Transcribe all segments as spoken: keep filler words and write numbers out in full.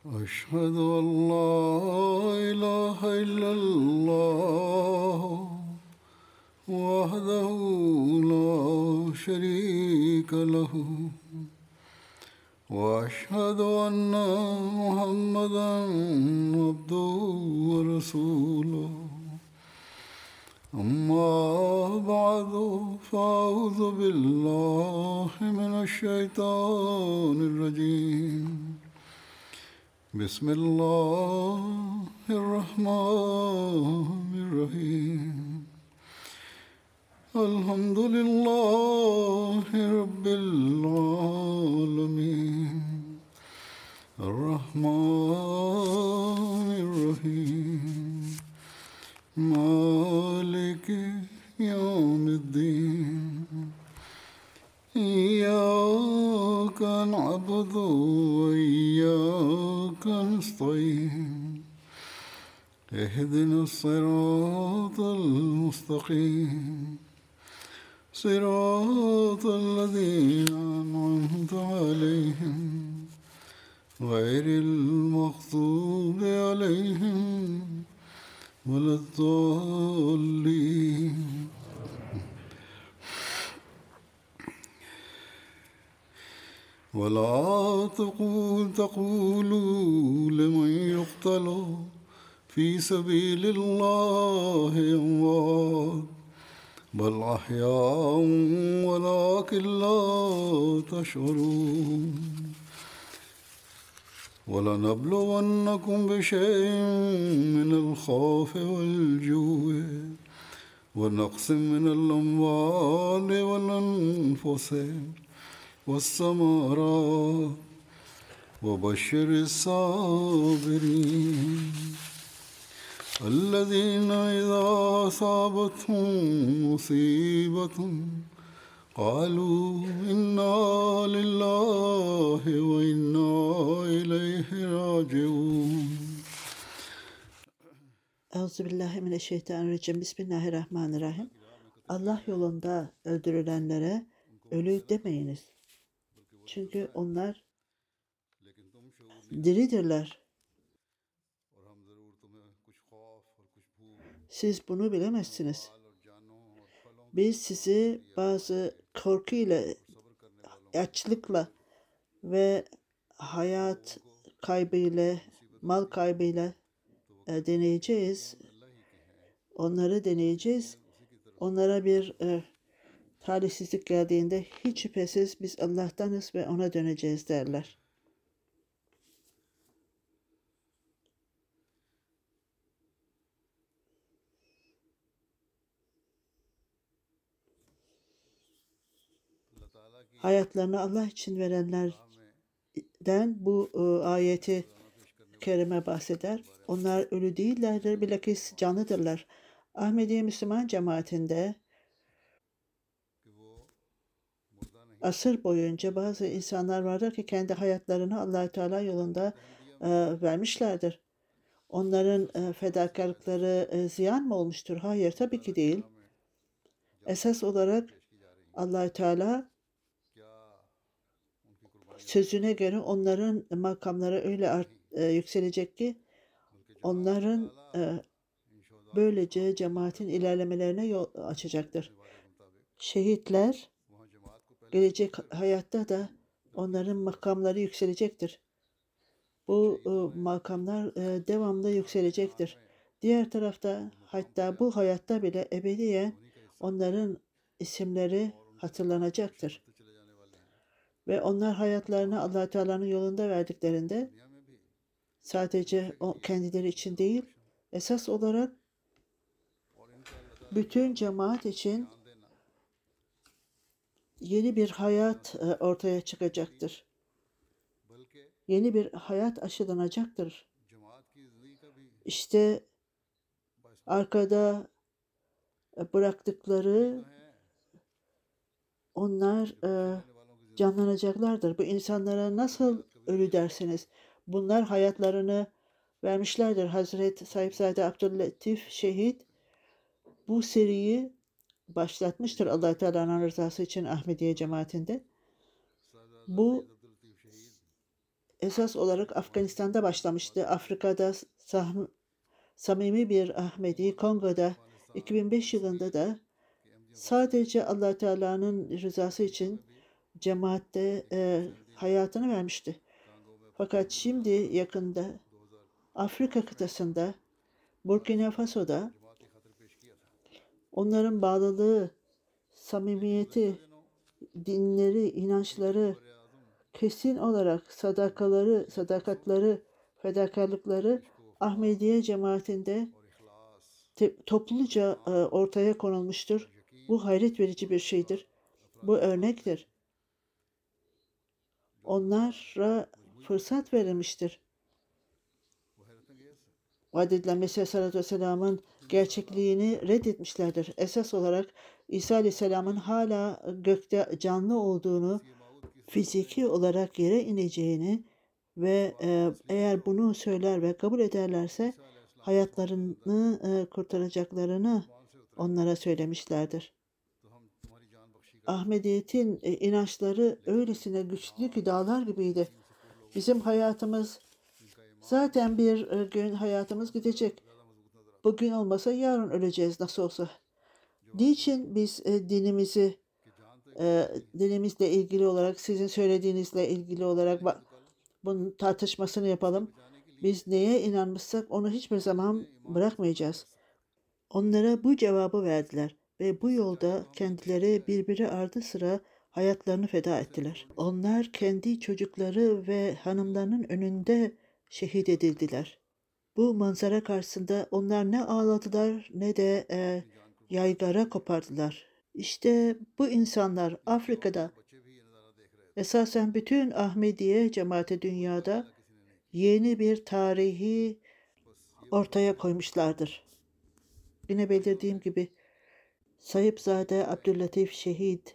أشهد أن لا إله إلا الله وحده لا شريك له وأشهد أن محمدا عبده ورسوله أما بعد فأعوذ بالله من الشيطان الرجيم بسم الله الرحمن الرحيم الحمد لله رب العالمين الرحمن الرحيم مالك يوم الدين إياك نعبد وإياك نستعين اهدنا الصراط المستقيم صراط الذين أنعمت عليهم غير المغضوب عليهم ولا الضالين ولا تقول تقولوا لمن يقتل في سبيل الله أموات بل أحياء ولكن لا تشعرون ولنبلونكم بشيء من الخوف والجوع ونقص من الأموال والأنفس والثمرات وبشر الصابرين الذين إذا أصابتهم مصيبة قالوا إنا لله وإنا إليه راجعون. Euzubillahimineşşeytanirracim. Bismillahirrahmanirrahim. Allah yolunda öldürülenlere ölü demeyiniz. Çünkü onlar diridirler. Siz bunu bilemezsiniz. Biz sizi bazı korku ile, açlıkla ve hayat kaybıyla, mal kaybıyla e, deneyeceğiz. Onları deneyeceğiz. Onlara bir e, talihsizlik geldiğinde hiç şüphesiz biz Allah'tanız ve ona döneceğiz derler. Hayatlarını Allah için verenlerden bu e, ayeti kerime bahseder. Onlar ölü değillerdir, bilakis canlıdırlar. Ahmediye Müslüman cemaatinde asır boyunca bazı insanlar vardır ki kendi hayatlarını Allah-u Teala yolunda e, vermişlerdir. Onların e, fedakarlıkları e, ziyan mı olmuştur? Hayır, tabii ki değil. Esas olarak Allah-u Teala sözüne göre onların makamları öyle art, e, yükselecek ki onların e, böylece cemaatin ilerlemelerine yol açacaktır. Şehitler gelecek hayatta da onların makamları yükselecektir. Bu e, makamlar e, devamlı yükselecektir. Diğer tarafta hatta bu hayatta bile ebediyen onların isimleri hatırlanacaktır. Ve onlar hayatlarını Allah-u Teala'nın yolunda verdiklerinde sadece o kendileri için değil, esas olarak bütün cemaat için yeni bir hayat ortaya çıkacaktır. Yeni bir hayat aşılanacaktır. İşte arkada bıraktıkları onlar canlanacaklardır. Bu insanlara nasıl ölü dersiniz? Bunlar hayatlarını vermişlerdir. Hazreti Sahipzade Abdüllatif Şehit bu seriyi başlatmıştır Allah-u Teala'nın rızası için Ahmediye cemaatinde. Bu esas olarak Afganistan'da başlamıştı. Afrika'da sah- samimi bir Ahmedi, Kongo'da iki bin beş yılında da sadece Allah Teala'nın rızası için cemaatte e, hayatını vermişti. Fakat şimdi yakında Afrika kıtasında, Burkina Faso'da onların bağlılığı, samimiyeti, dinleri, inançları, kesin olarak sadakaları, sadakatları, fedakarlıkları Ahmediye cemaatinde te- topluca e, ortaya konulmuştur. Bu hayret verici bir şeydir. Bu örnektir. Onlara fırsat verilmiştir. Vaad edilen Mesih Aleyhisselatü Vesselam'ın gerçekliğini reddetmişlerdir. Esas olarak İsa Aleyhisselam'ın hala gökte canlı olduğunu, fiziki olarak yere ineceğini ve e, eğer bunu söyler ve kabul ederlerse hayatlarını e, kurtaracaklarını onlara söylemişlerdir. Ahmediyet'in e, inançları öylesine güçlü ki dağlar gibiydi. Bizim hayatımız zaten bir e, gün hayatımız gidecek. Bugün olmasa yarın öleceğiz nasıl olsa. Niçin biz e, dinimizi e, dinimizle ilgili olarak sizin söylediğinizle ilgili olarak ba- bunun tartışmasını yapalım. Biz neye inanmışsak onu hiçbir zaman bırakmayacağız. Onlara bu cevabı verdiler ve bu yolda kendileri birbiri ardı sıra hayatlarını feda ettiler. Onlar kendi çocukları ve hanımlarının önünde şehit edildiler. Bu manzara karşısında onlar ne ağladılar ne de e, yaygara kopardılar. İşte bu insanlar Afrika'da, esasen bütün Ahmediye cemaati dünyada yeni bir tarihi ortaya koymuşlardır. Yine belirttiğim gibi Sahipzade Abdüllatif Şehit.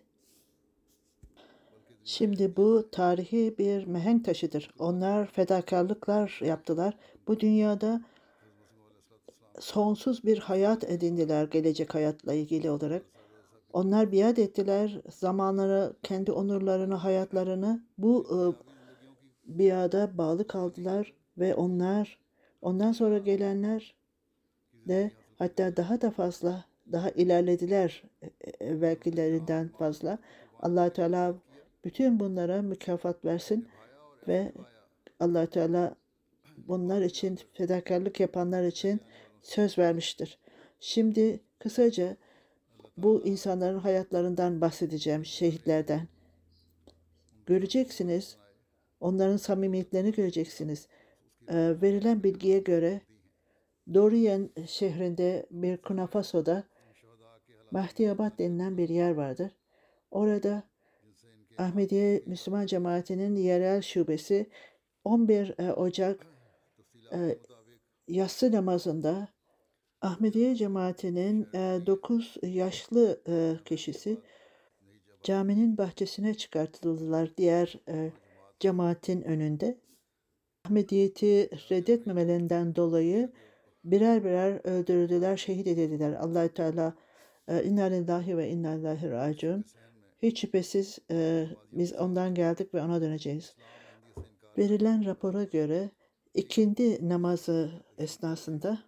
Şimdi bu tarihi bir mihenk taşıdır. Onlar fedakarlıklar yaptılar. Bu dünyada sonsuz bir hayat edindiler gelecek hayatla ilgili olarak. Onlar biat ettiler zamanları, kendi onurlarını, hayatlarını bu e, biada bağlı kaldılar ve onlar, ondan sonra gelenler de hatta daha da fazla, daha ilerlediler e, e, evvelkilerinden fazla. Allah Teala bütün bunlara mükafat versin ve Allah Teala bunlar için fedakarlık yapanlar için söz vermiştir. Şimdi kısaca bu insanların hayatlarından bahsedeceğim, şehitlerden. Göreceksiniz, onların samimiyetlerini göreceksiniz. Ee, verilen bilgiye göre Dorien şehrinde bir Burkina Faso'da Mahdiyabad denilen bir yer vardır. Orada Ahmediye Müslüman Cemaati'nin yerel şubesi on bir e, Ocak e, yatsı namazında Ahmediye Cemaati'nin e, dokuz yaşlı e, kişisi caminin bahçesine çıkartıldılar diğer e, cemaatin önünde. Ahmediyeti reddetmemelerinden dolayı birer birer öldürüldüler, şehit edildiler. Allah-u Teala e, inna lillahi ve inna ileyhi raciun. Hiç şüphesiz e, biz ondan geldik ve ona döneceğiz. Verilen rapora göre ikindi namazı esnasında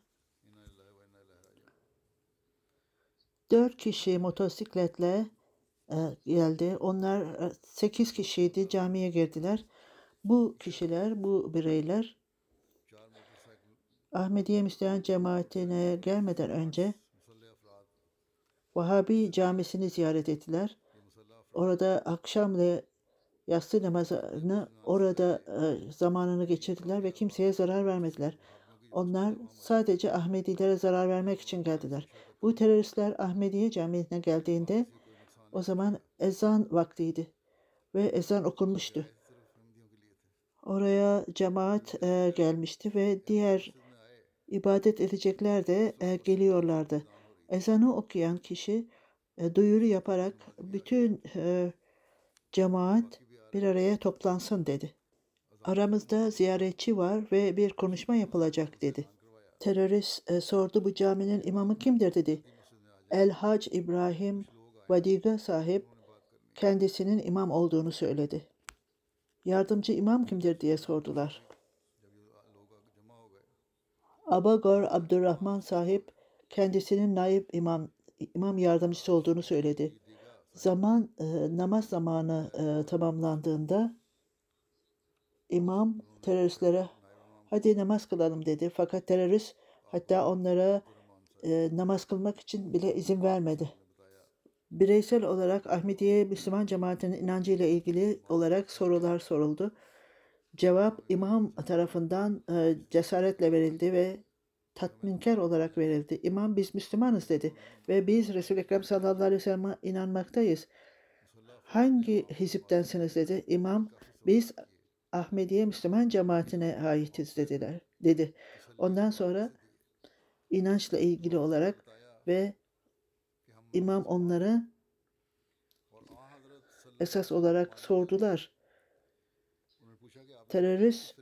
dört kişi motosikletle e, geldi. Onlar e, sekiz kişiydi, camiye girdiler. Bu kişiler, bu bireyler Ahmediye Müslüman Cemaati'ne gelmeden önce Vahabi Camisi'ni ziyaret ettiler. Orada akşam ve yatsı namazını orada e, zamanını geçirdiler ve kimseye zarar vermediler. Onlar sadece Ahmedilere zarar vermek için geldiler. Bu teröristler Ahmediye Camii'ne geldiğinde o zaman ezan vaktiydi ve ezan okunmuştu. Oraya cemaat e, gelmişti ve diğer ibadet edecekler de e, geliyorlardı. Ezanı okuyan kişi e, duyuru yaparak bütün e, cemaat bir araya toplansın dedi. Aramızda ziyaretçi var ve bir konuşma yapılacak dedi. Terörist e, sordu bu caminin imamı kimdir dedi. El Hac İbrahim Vadiga sahip kendisinin imam olduğunu söyledi. Yardımcı imam kimdir diye sordular. Abagor Abdurrahman sahip kendisinin naib imam imam yardımcısı olduğunu söyledi. Zaman e, namaz zamanı e, tamamlandığında imam teröristlere hadi namaz kılalım dedi. Fakat terörist hatta onlara e, namaz kılmak için bile izin vermedi. Bireysel olarak Ahmediye Müslüman cemaatinin inancıyla ilgili olarak sorular soruldu. Cevap imam tarafından e, cesaretle verildi ve tatminkar olarak verildi. İmam biz Müslümanız dedi ve biz Resul-i Ekrem sallallahu aleyhi ve sellem'e inanmaktayız. Hangi hiziptensiniz dedi. İmam biz Ahmediye Müslüman cemaatine aitiz dediler dedi. Ondan sonra inançla ilgili olarak ve imam onlara esas olarak sordular. Terörist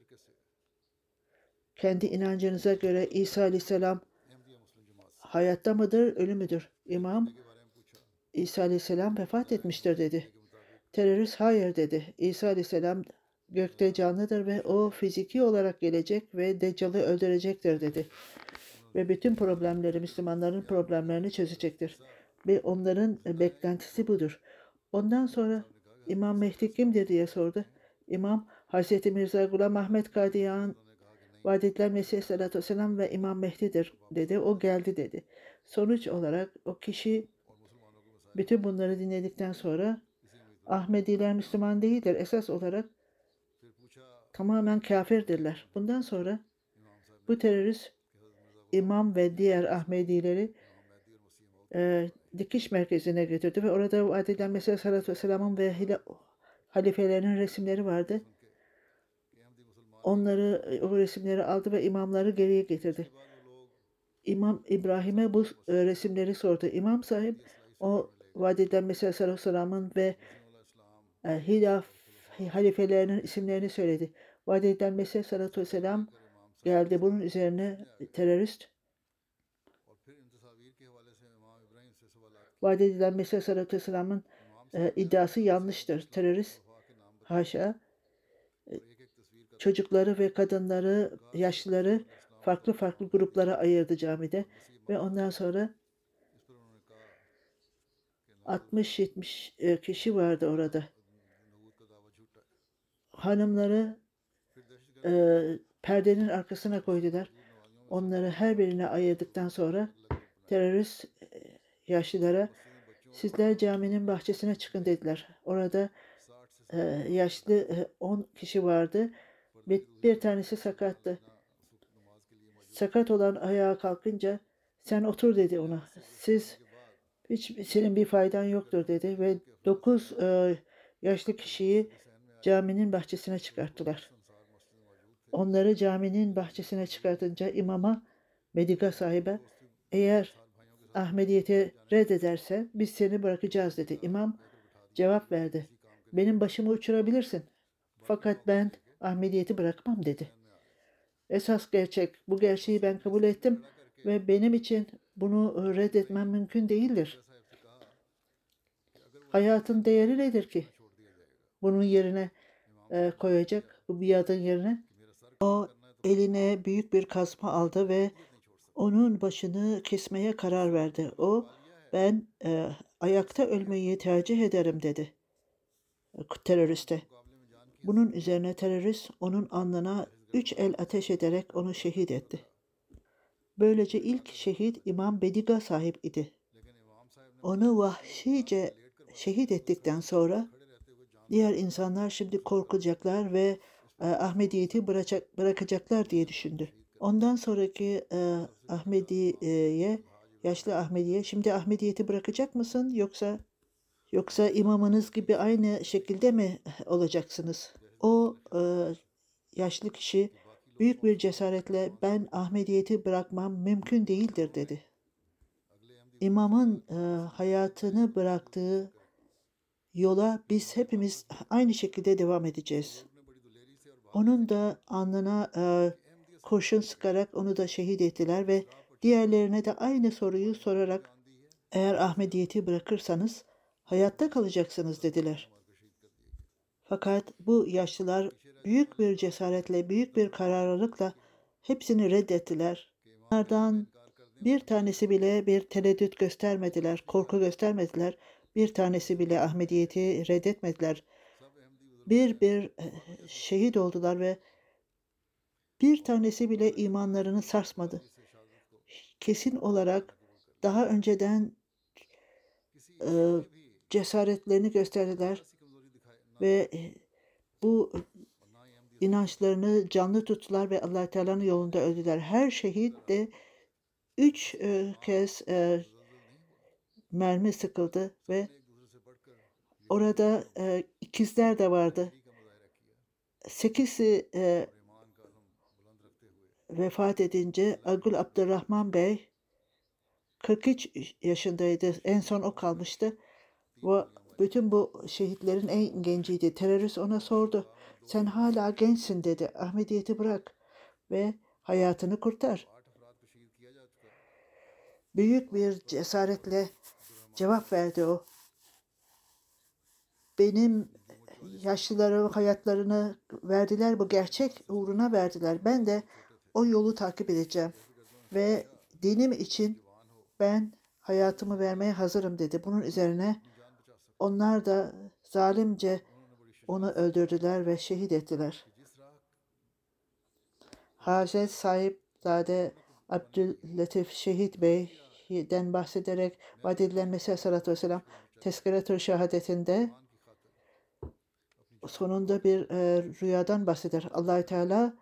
kendi inancınıza göre İsa Aleyhisselam hayatta mıdır, ölü müdür? İmam İsa Aleyhisselam vefat etmiştir dedi. Terörist hayır dedi. İsa Aleyhisselam gökte canlıdır ve o fiziki olarak gelecek ve Deccal'ı öldürecektir dedi. Ve bütün problemleri, Müslümanların problemlerini çözecektir. Ve onların beklentisi budur. Ondan sonra İmam Mehdi kimdir diye sordu. İmam Hazreti Mirza Gulam Ahmet Kadiyan vaat edilen Mesih Aleyhisselatü Vesselam ve İmam Mehdi'dir dedi. O geldi dedi. Sonuç olarak o kişi bütün bunları dinledikten sonra Ahmediler Müslüman değildir. Esas olarak tamamen kafirdirler. Bundan sonra bu terörist imam ve diğer Ahmedileri e, dikiş merkezine götürdü ve orada vaat edilen Mesih Aleyhisselatü Vesselam'ın ve halifelerinin resimleri vardı. Onları, o resimleri aldı ve imamları geriye getirdi. İmam İbrahim'e bu e, resimleri sordu. İmam sahip o vaat edilen Mesih Aleyhisselatü Vesselam'ın ve e, hilaf halifelerinin isimlerini söyledi. Vaat edilen Mesih Aleyhisselatü Vesselam geldi. Bunun üzerine terörist vaat edilen Mesih Aleyhisselatü Vesselam'ın e, iddiası yanlıştır. Terörist haşa e, çocukları ve kadınları, yaşlıları farklı farklı gruplara ayırdı camide ve ondan sonra altmış yetmiş kişi vardı orada. Hanımları e, perdenin arkasına koydular. Onları her birine ayırdıktan sonra terörist e, yaşlılara sizler caminin bahçesine çıkın dediler. Orada e, yaşlı on kişi vardı. Bir, bir tanesi sakattı. Sakat olan ayağa kalkınca sen otur dedi ona. Siz hiç senin bir faydan yoktur dedi ve dokuz e, yaşlı kişiyi caminin bahçesine çıkarttılar. Onları caminin bahçesine çıkartınca imama Mediga sahibe eğer Ahmediyeti reddederse biz seni bırakacağız dedi. İmam cevap verdi. Benim başımı uçurabilirsin. Fakat ben Ahmediyeti bırakmam dedi. Esas gerçek, bu gerçeği ben kabul ettim ve benim için bunu reddetmem mümkün değildir. Hayatın değeri nedir ki? Bunun yerine e, koyacak, bu biatın yerine. O eline büyük bir kazma aldı ve onun başını kesmeye karar verdi. O, ben e, ayakta ölmeyi tercih ederim dedi teröriste. Bunun üzerine terörist onun alnına üç el ateş ederek onu şehit etti. Böylece ilk şehit İmam Bediga sahip idi. Onu vahşice şehit ettikten sonra diğer insanlar şimdi korkacaklar ve e, Ahmediyeti bırakacak, bırakacaklar diye düşündü. Ondan sonraki e, Ahmediye, yaşlı Ahmediye, şimdi Ahmediyeti bırakacak mısın yoksa yoksa imamınız gibi aynı şekilde mi olacaksınız? O e, yaşlı kişi büyük bir cesaretle ben Ahmediyeti bırakmam mümkün değildir dedi. İmamın e, hayatını bıraktığı yola biz hepimiz aynı şekilde devam edeceğiz. Onun da alnına e, kurşun sıkarak onu da şehit ettiler ve diğerlerine de aynı soruyu sorarak eğer Ahmediyeti bırakırsanız hayatta kalacaksınız dediler. Fakat bu yaşlılar büyük bir cesaretle, büyük bir kararlılıkla hepsini reddettiler. Onlardan bir tanesi bile bir tereddüt göstermediler, korku göstermediler. Bir tanesi bile Ahmediyeti reddetmediler. Bir bir eh, şehit oldular ve bir tanesi bile imanlarını sarsmadı. Kesin olarak daha önceden e, cesaretlerini gösterdiler ve e, bu inançlarını canlı tuttular ve Allah Teala'nın yolunda öldüler. Her şehit de üç e, kez e, mermi sıkıldı ve orada e, ikizler de vardı. Sekizi e, vefat edince Agul Abdurrahman Bey kırk üç yaşındaydı. En son o kalmıştı. Ve bütün bu şehitlerin en genciydi. Terörist ona sordu. Sen hala gençsin dedi. Ahmediyeti bırak ve hayatını kurtar. Büyük bir cesaretle cevap verdi o. Benim yaşlıları hayatlarını verdiler, bu gerçek uğruna verdiler. Ben de o yolu takip edeceğim ve dinim için ben hayatımı vermeye hazırım dedi. Bunun üzerine onlar da zalimce onu öldürdüler ve şehit ettiler. Hazret Sahipzade Abdüllatif Şehit Bey'den bahsederek vaad edilen Mesih Aleyhisselatü Vesselam Tezkere-tür Şehadetinde sonunda bir e, rüyadan bahseder. Allah-u Teala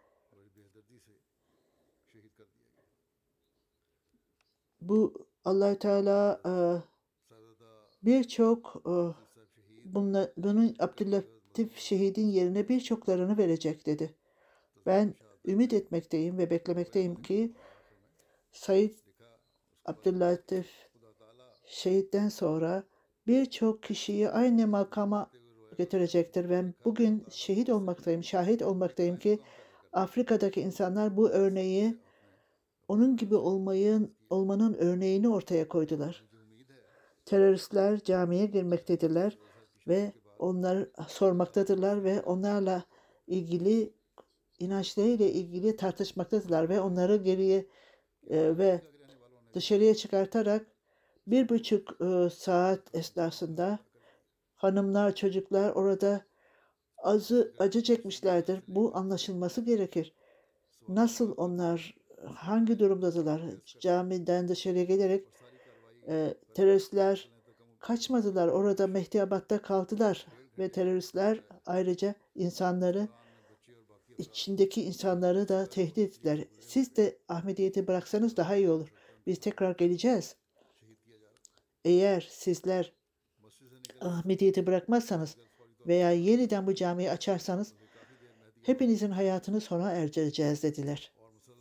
bu Allah-u Teala e, birçok e, bunla, bunun Abdüllatif Şehid'in yerine birçoklarını verecek dedi. Ben ümit etmekteyim ve beklemekteyim ki Said Abdüllatif Şehit'ten sonra birçok kişiyi aynı makama getirecektir. Ben bugün şehit olmaktayım, şahit olmaktayım ki Afrika'daki insanlar bu örneği, onun gibi olmayın, olmanın örneğini ortaya koydular. Teröristler camiye girmektedirler ve onlar sormaktadırlar ve onlarla ilgili inançlarıyla ilgili tartışmaktadırlar ve onları geriye e, ve dışarıya çıkartarak bir buçuk e, saat esnasında hanımlar, çocuklar orada acı, acı çekmişlerdir. Bu anlaşılması gerekir. Nasıl onlar, hangi durumdadılar? Camiden dışarıya gelerek e, teröristler kaçmadılar. Orada Mehdiabad'da kaldılar. Ve teröristler ayrıca insanları, içindeki insanları da tehdit ettiler. Siz de Ahmediyeti bıraksanız daha iyi olur. Biz tekrar geleceğiz. Eğer sizler Ahmediyeti bırakmazsanız veya yeniden bu camiyi açarsanız hepinizin hayatını sona erdireceğiz dediler.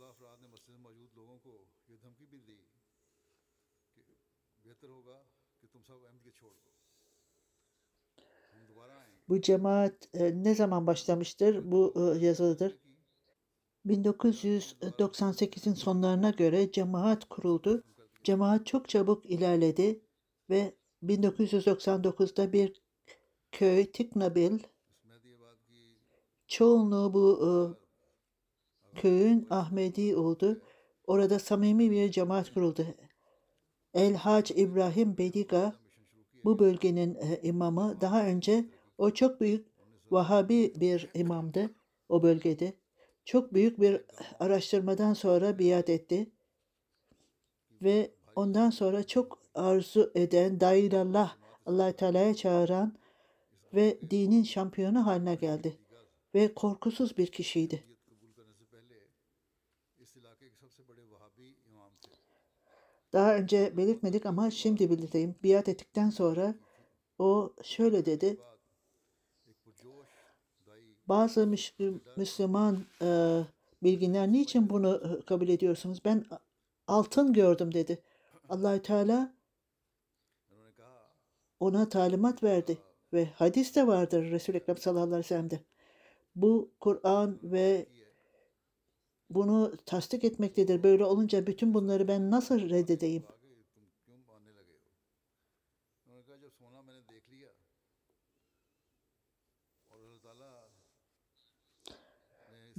Bu cemaat e, ne zaman başlamıştır? Bu e, yazılıdır. bin dokuz yüz doksan sekizin sonlarına göre cemaat kuruldu. Cemaat çok çabuk ilerledi ve bin dokuz yüz doksan dokuzda bir köy Tiknabil, çoğunluğu bu e, köyün Ahmedi oldu. Orada samimi bir cemaat kuruldu. El Hac İbrahim Bediga bu bölgenin e, imamı. Daha önce o çok büyük Vahabi bir imamdı o bölgede. Çok büyük bir araştırmadan sonra biat etti. Ve ondan sonra çok arzu eden, dailallah, Allah-u Teala'ya çağıran ve dinin şampiyonu haline geldi. Ve korkusuz bir kişiydi. Daha önce belirtmedik ama şimdi belirteyim. Biat ettikten sonra o şöyle dedi. Bazı Müslüman e, bilginler niçin bunu e, kabul ediyorsunuz? Ben altın gördüm dedi. Allah-u Teala ona talimat verdi ve hadis de vardır Resul-i Ekrem sallallahu aleyhi ve sellem'de. Bu Kur'an ve bunu tasdik etmektedir. Böyle olunca bütün bunları ben nasıl reddedeyim?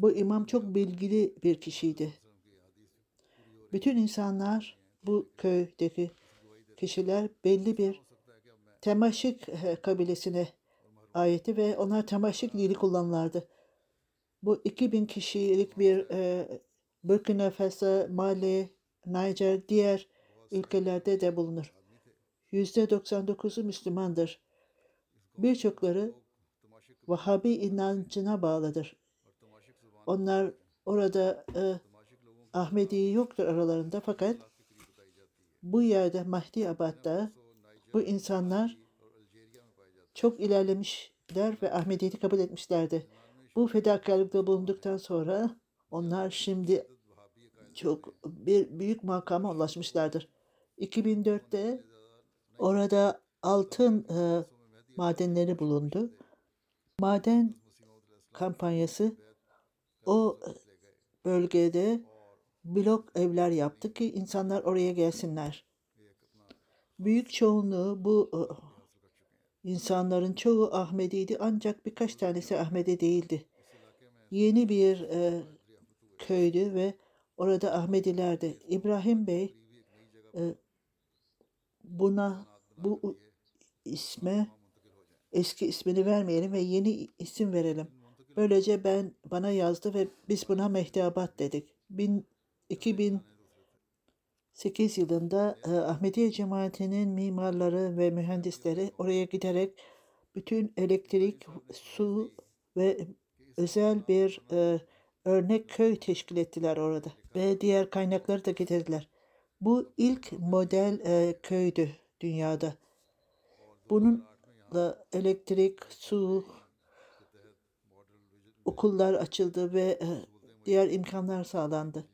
Bu imam çok bilgili bir kişiydi. Bütün insanlar, bu köydeki kişiler belli bir Temaşik e, kabilesine aitti ve onlar Temaşik dili kullanırlardı. Bu iki bin kişilik bir e, Burkina Faso, Mali, Niger, diğer ülkelerde de bulunur. yüzde doksan dokuzu Müslümandır. Birçokları Vahabi inancına bağlıdır. Onlar orada e, Ahmedi yoktur aralarında, fakat bu yerde Mahdiabad'da bu insanlar çok ilerlemişler ve Ahmediyeti kabul etmişlerdi. Bu fedakarlıkta bulunduktan sonra onlar şimdi çok bir büyük makama ulaşmışlardır. iki bin dörtte orada altın e, madenleri bulundu. Maden kampanyası o bölgede blok evler yaptı ki insanlar oraya gelsinler. Büyük çoğunluğu bu e, insanların çoğu Ahmediydi, ancak birkaç tanesi Ahmedi değildi. Yeni bir e, köydü ve orada Ahmedilerdi. İbrahim Bey e, buna bu isme eski ismini vermeyelim ve yeni isim verelim. Böylece ben bana yazdı ve biz buna Mehdiabad dedik. Bin, iki bin sekiz yılında e, Ahmediye cemaatinin mimarları ve mühendisleri oraya giderek bütün elektrik, su ve özel bir e, örnek köy teşkil ettiler orada ve diğer kaynakları da getirdiler. Bu ilk model e, köydü dünyada. Bununla elektrik, su, okullar açıldı ve e, diğer imkanlar sağlandı.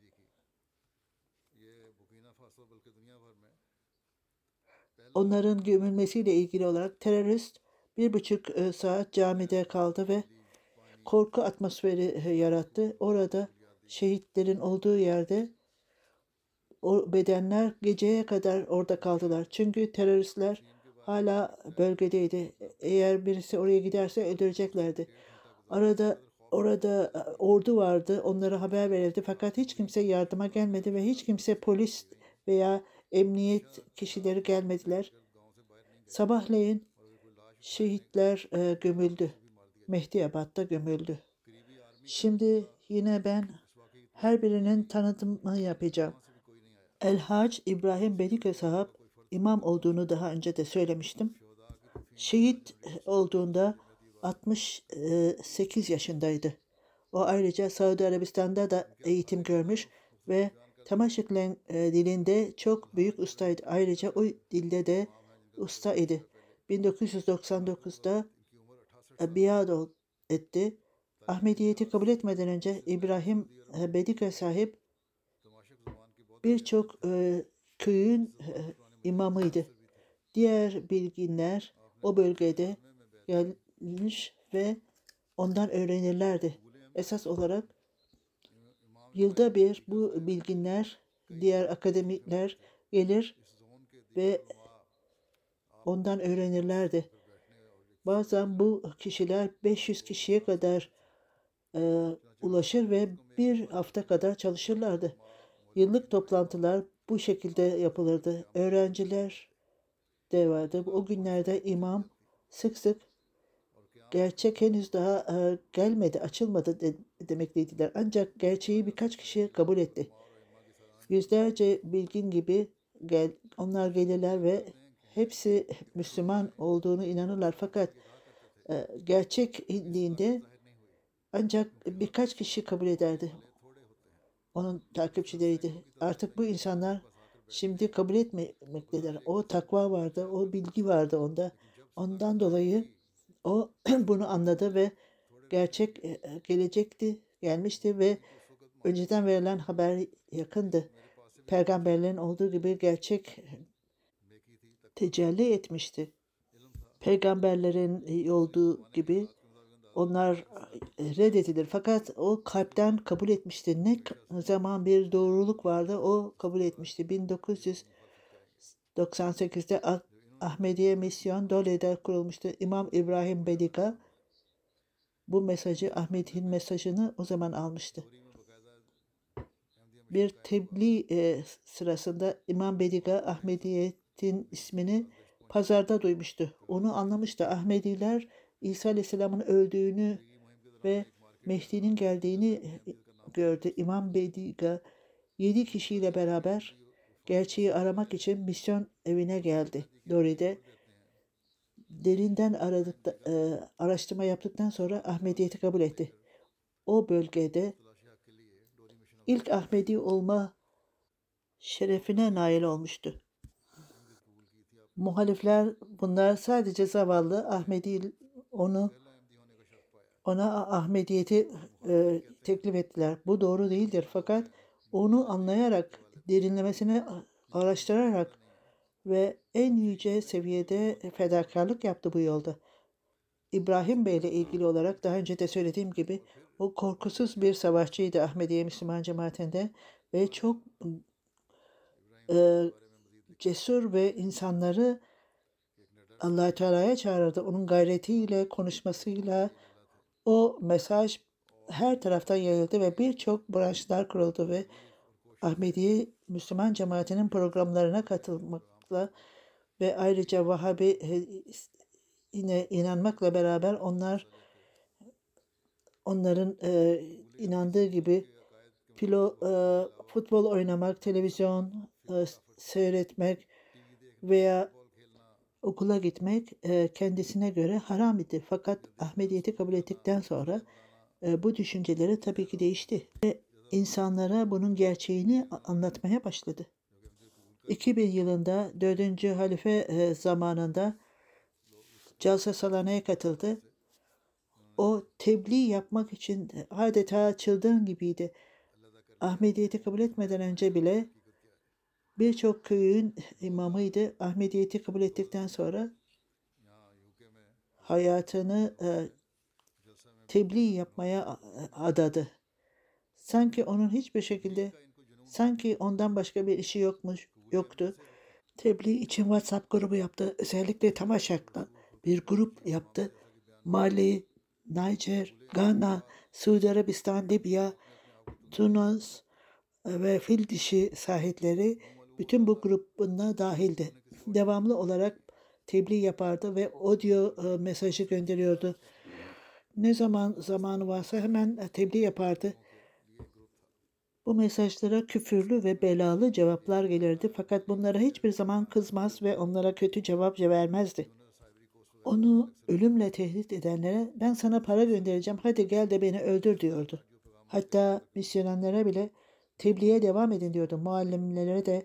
Onların gömülmesiyle ilgili olarak terörist bir buçuk e, saat camide kaldı ve korku atmosferi e, yarattı. Orada şehitlerin olduğu yerde o bedenler geceye kadar orada kaldılar. Çünkü teröristler hala bölgedeydi. Eğer birisi oraya giderse öldüreceklerdi. Arada orada e, ordu vardı. Onlara haber verildi. Fakat hiç kimse yardıma gelmedi ve hiç kimse polis veya emniyet kişileri gelmediler. Sabahleyin şehitler e, gömüldü. Mehdiabad'da gömüldü. Şimdi yine ben her birinin tanıtımını yapacağım. El-Hac İbrahim Bedike Sahab imam olduğunu daha önce de söylemiştim. Şehit olduğunda altmış sekiz yaşındaydı. O ayrıca Suudi Arabistan'da da eğitim görmüş ve Tamaşiklen dilinde çok büyük ustaydı. Ayrıca o dilde de usta idi. bin dokuz yüz doksan dokuzda biat etti. Ahmediyeti kabul etmeden önce İbrahim Bedike sahip birçok e, köyün e, imamıydı. Diğer bilginler o bölgede gelmiş ve ondan öğrenirlerdi. Esas olarak yılda bir bu bilginler, diğer akademikler gelir ve ondan öğrenirlerdi. Bazen bu kişiler beş yüz kişiye kadar e, ulaşır ve bir hafta kadar çalışırlardı. Yıllık toplantılar bu şekilde yapılırdı. Öğrenciler de vardı. O günlerde imam sık sık gerçek henüz daha e, gelmedi, açılmadı de, demekteydiler. Ancak gerçeği birkaç kişi kabul etti. Yüzlerce bilgin gibi gel, onlar gelirler ve hepsi Müslüman olduğunu inanırlar. Fakat e, gerçek indiğinde ancak birkaç kişi kabul ederdi. Onun takipçileriydi. Artık bu insanlar şimdi kabul etmemektedir. O takva vardı, o bilgi vardı onda. Ondan dolayı o bunu anladı ve gerçek gelecekti, gelmişti ve önceden verilen haber yakındı. Peygamberlerin olduğu gibi gerçek tecelli etmişti. Peygamberlerin olduğu gibi onlar reddedilir. Fakat o kalpten kabul etmişti. Ne zaman bir doğruluk vardı o kabul etmişti. bin dokuz yüz doksan sekizde Ahmediye Misyon Dole'de kurulmuştu. İmam İbrahim Bedika bu mesajı, Ahmedi'nin mesajını o zaman almıştı. Bir tebliğ e, sırasında İmam Bediga Ahmediyet'in ismini pazarda duymuştu. Onu anlamıştı. Ahmediler İsa Aleyhisselam'ın öldüğünü ve Mehdi'nin geldiğini gördü. İmam Bediga yedi kişiyle beraber gerçeği aramak için misyon evine geldi. Dori'de derinden aradıkta, e, araştırma yaptıktan sonra Ahmediyeti kabul etti. O bölgede ilk Ahmedi olma şerefine nail olmuştu. Muhalifler bunlar sadece zavallı Ahmedi onu ona Ahmediyeti e, teklif ettiler. Bu doğru değildir. Fakat onu anlayarak, derinlemesine araştırarak ve en yüce seviyede fedakarlık yaptı bu yolda. İbrahim Bey ile ilgili olarak daha önce de söylediğim gibi o korkusuz bir savaşçıydı Ahmediye Müslüman cemaatinde ve çok e, cesur ve insanları Allah-u Teala'ya çağırırdı. Onun gayretiyle, konuşmasıyla o mesaj her taraftan yayıldı ve birçok branşlar kuruldu ve Ahmediye Müslüman cemaatinin programlarına katılmakla ve ayrıca Vahabi yine inanmakla beraber onlar onların e, inandığı gibi pilo, e, futbol oynamak, televizyon e, seyretmek veya okula gitmek e, kendisine göre haram idi. Fakat Ahmediyeti kabul ettikten sonra e, bu düşünceleri tabii ki değişti ve insanlara bunun gerçeğini anlatmaya başladı. iki bin yılında dördüncü halife e, zamanında Calsa Salana'ya katıldı. O tebliğ yapmak için adeta çılgın gibiydi. Ahmediyeti kabul etmeden önce bile birçok köyün imamıydı. Ahmediyeti kabul ettikten sonra hayatını e, tebliğ yapmaya adadı. Sanki onun hiçbir şekilde, sanki ondan başka bir işi yokmuş, yoktu. Tebliğ için WhatsApp grubu yaptı. Özellikle Tamaşak'ta bir grup yaptı. Mali, Niger, Gana, Suudi Arabistan, Libya, Tunus ve fil dişi sahipleri bütün bu grubuna dahildi. Devamlı olarak tebliğ yapardı ve audio mesajı gönderiyordu. Ne zaman zamanı varsa hemen tebliğ yapardı. Bu mesajlara küfürlü ve belalı cevaplar gelirdi fakat bunlara hiçbir zaman kızmaz ve onlara kötü cevap vermezdi. Onu ölümle tehdit edenlere ben sana para göndereceğim hadi gel de beni öldür diyordu. Hatta misyonerlere bile tebliğe devam edin diyordu. Muallimlere de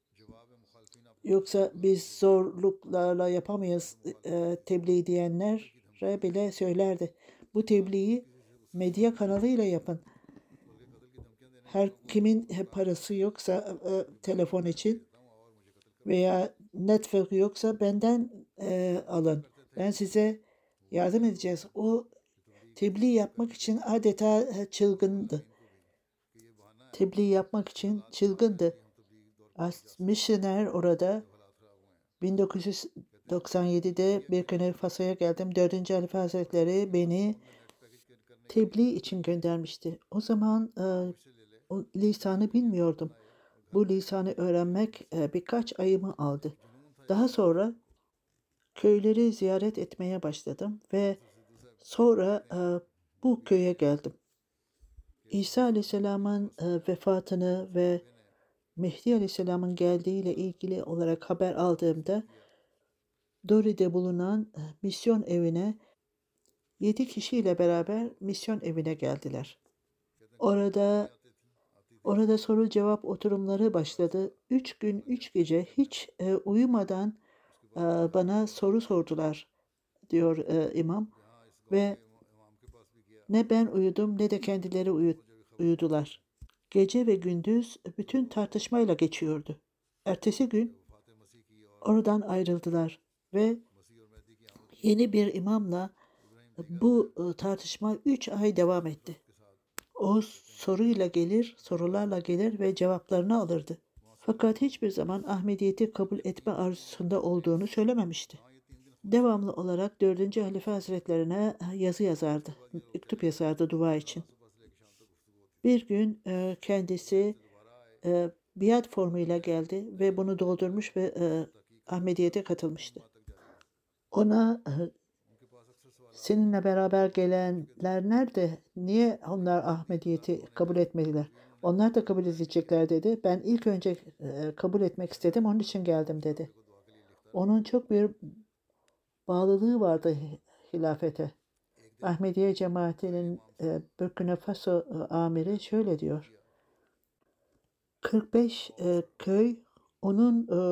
yoksa biz zorluklarla yapamayız e, tebliğ diyenlere bile söylerdi. Bu tebliği medya kanalıyla yapın. Her kimin parası yoksa e, telefon için veya network yoksa benden e, alın. Ben size yardım edeceğiz. O tebliğ yapmak için adeta çılgındı. Tebliğ yapmak için çılgındı. Missioner orada bin dokuz yüz doksan yedide Burkina Faso'ya geldim. Dördüncü Halife Hazretleri beni tebliğ için göndermişti. O zaman e, o lisanı bilmiyordum. Bu lisanı öğrenmek e, birkaç ayımı aldı. Daha sonra köyleri ziyaret etmeye başladım ve sonra e, bu köye geldim. İsa Aleyhisselam'ın e, vefatını ve Mehdi Aleyhisselam'ın geldiğiyle ilgili olarak haber aldığımda Dori'de bulunan e, misyon evine yedi kişiyle beraber misyon evine geldiler. Orada orada soru cevap oturumları başladı. Üç gün, üç gece hiç e, uyumadan e, bana soru sordular diyor e, imam ve ne ben uyudum ne de kendileri uyu, uyudular. Gece ve gündüz bütün tartışmayla geçiyordu. Ertesi gün oradan ayrıldılar ve yeni bir imamla bu tartışma üç ay devam etti. O soruyla gelir, sorularla gelir ve cevaplarını alırdı. Fakat hiçbir zaman Ahmediyeti kabul etme arzusunda olduğunu söylememişti. devamlı olarak dördüncü Halife Hazretlerine yazı yazardı, mektup yazardı dua için. Bir gün e, kendisi e, biat formuyla geldi ve bunu doldurmuş ve e, Ahmediyet'e katılmıştı. Ona e, seninle beraber gelenler nerede? Niye onlar Ahmediyet'i kabul etmediler? Onlar da kabul edecekler dedi. Ben ilk önce e, kabul etmek istedim, onun için geldim dedi. Onun çok bir bağlılığı vardı hilafete. Ahmediye cemaatinin e, Burkina Faso e, amiri şöyle diyor. kırk beş e, köy onun e,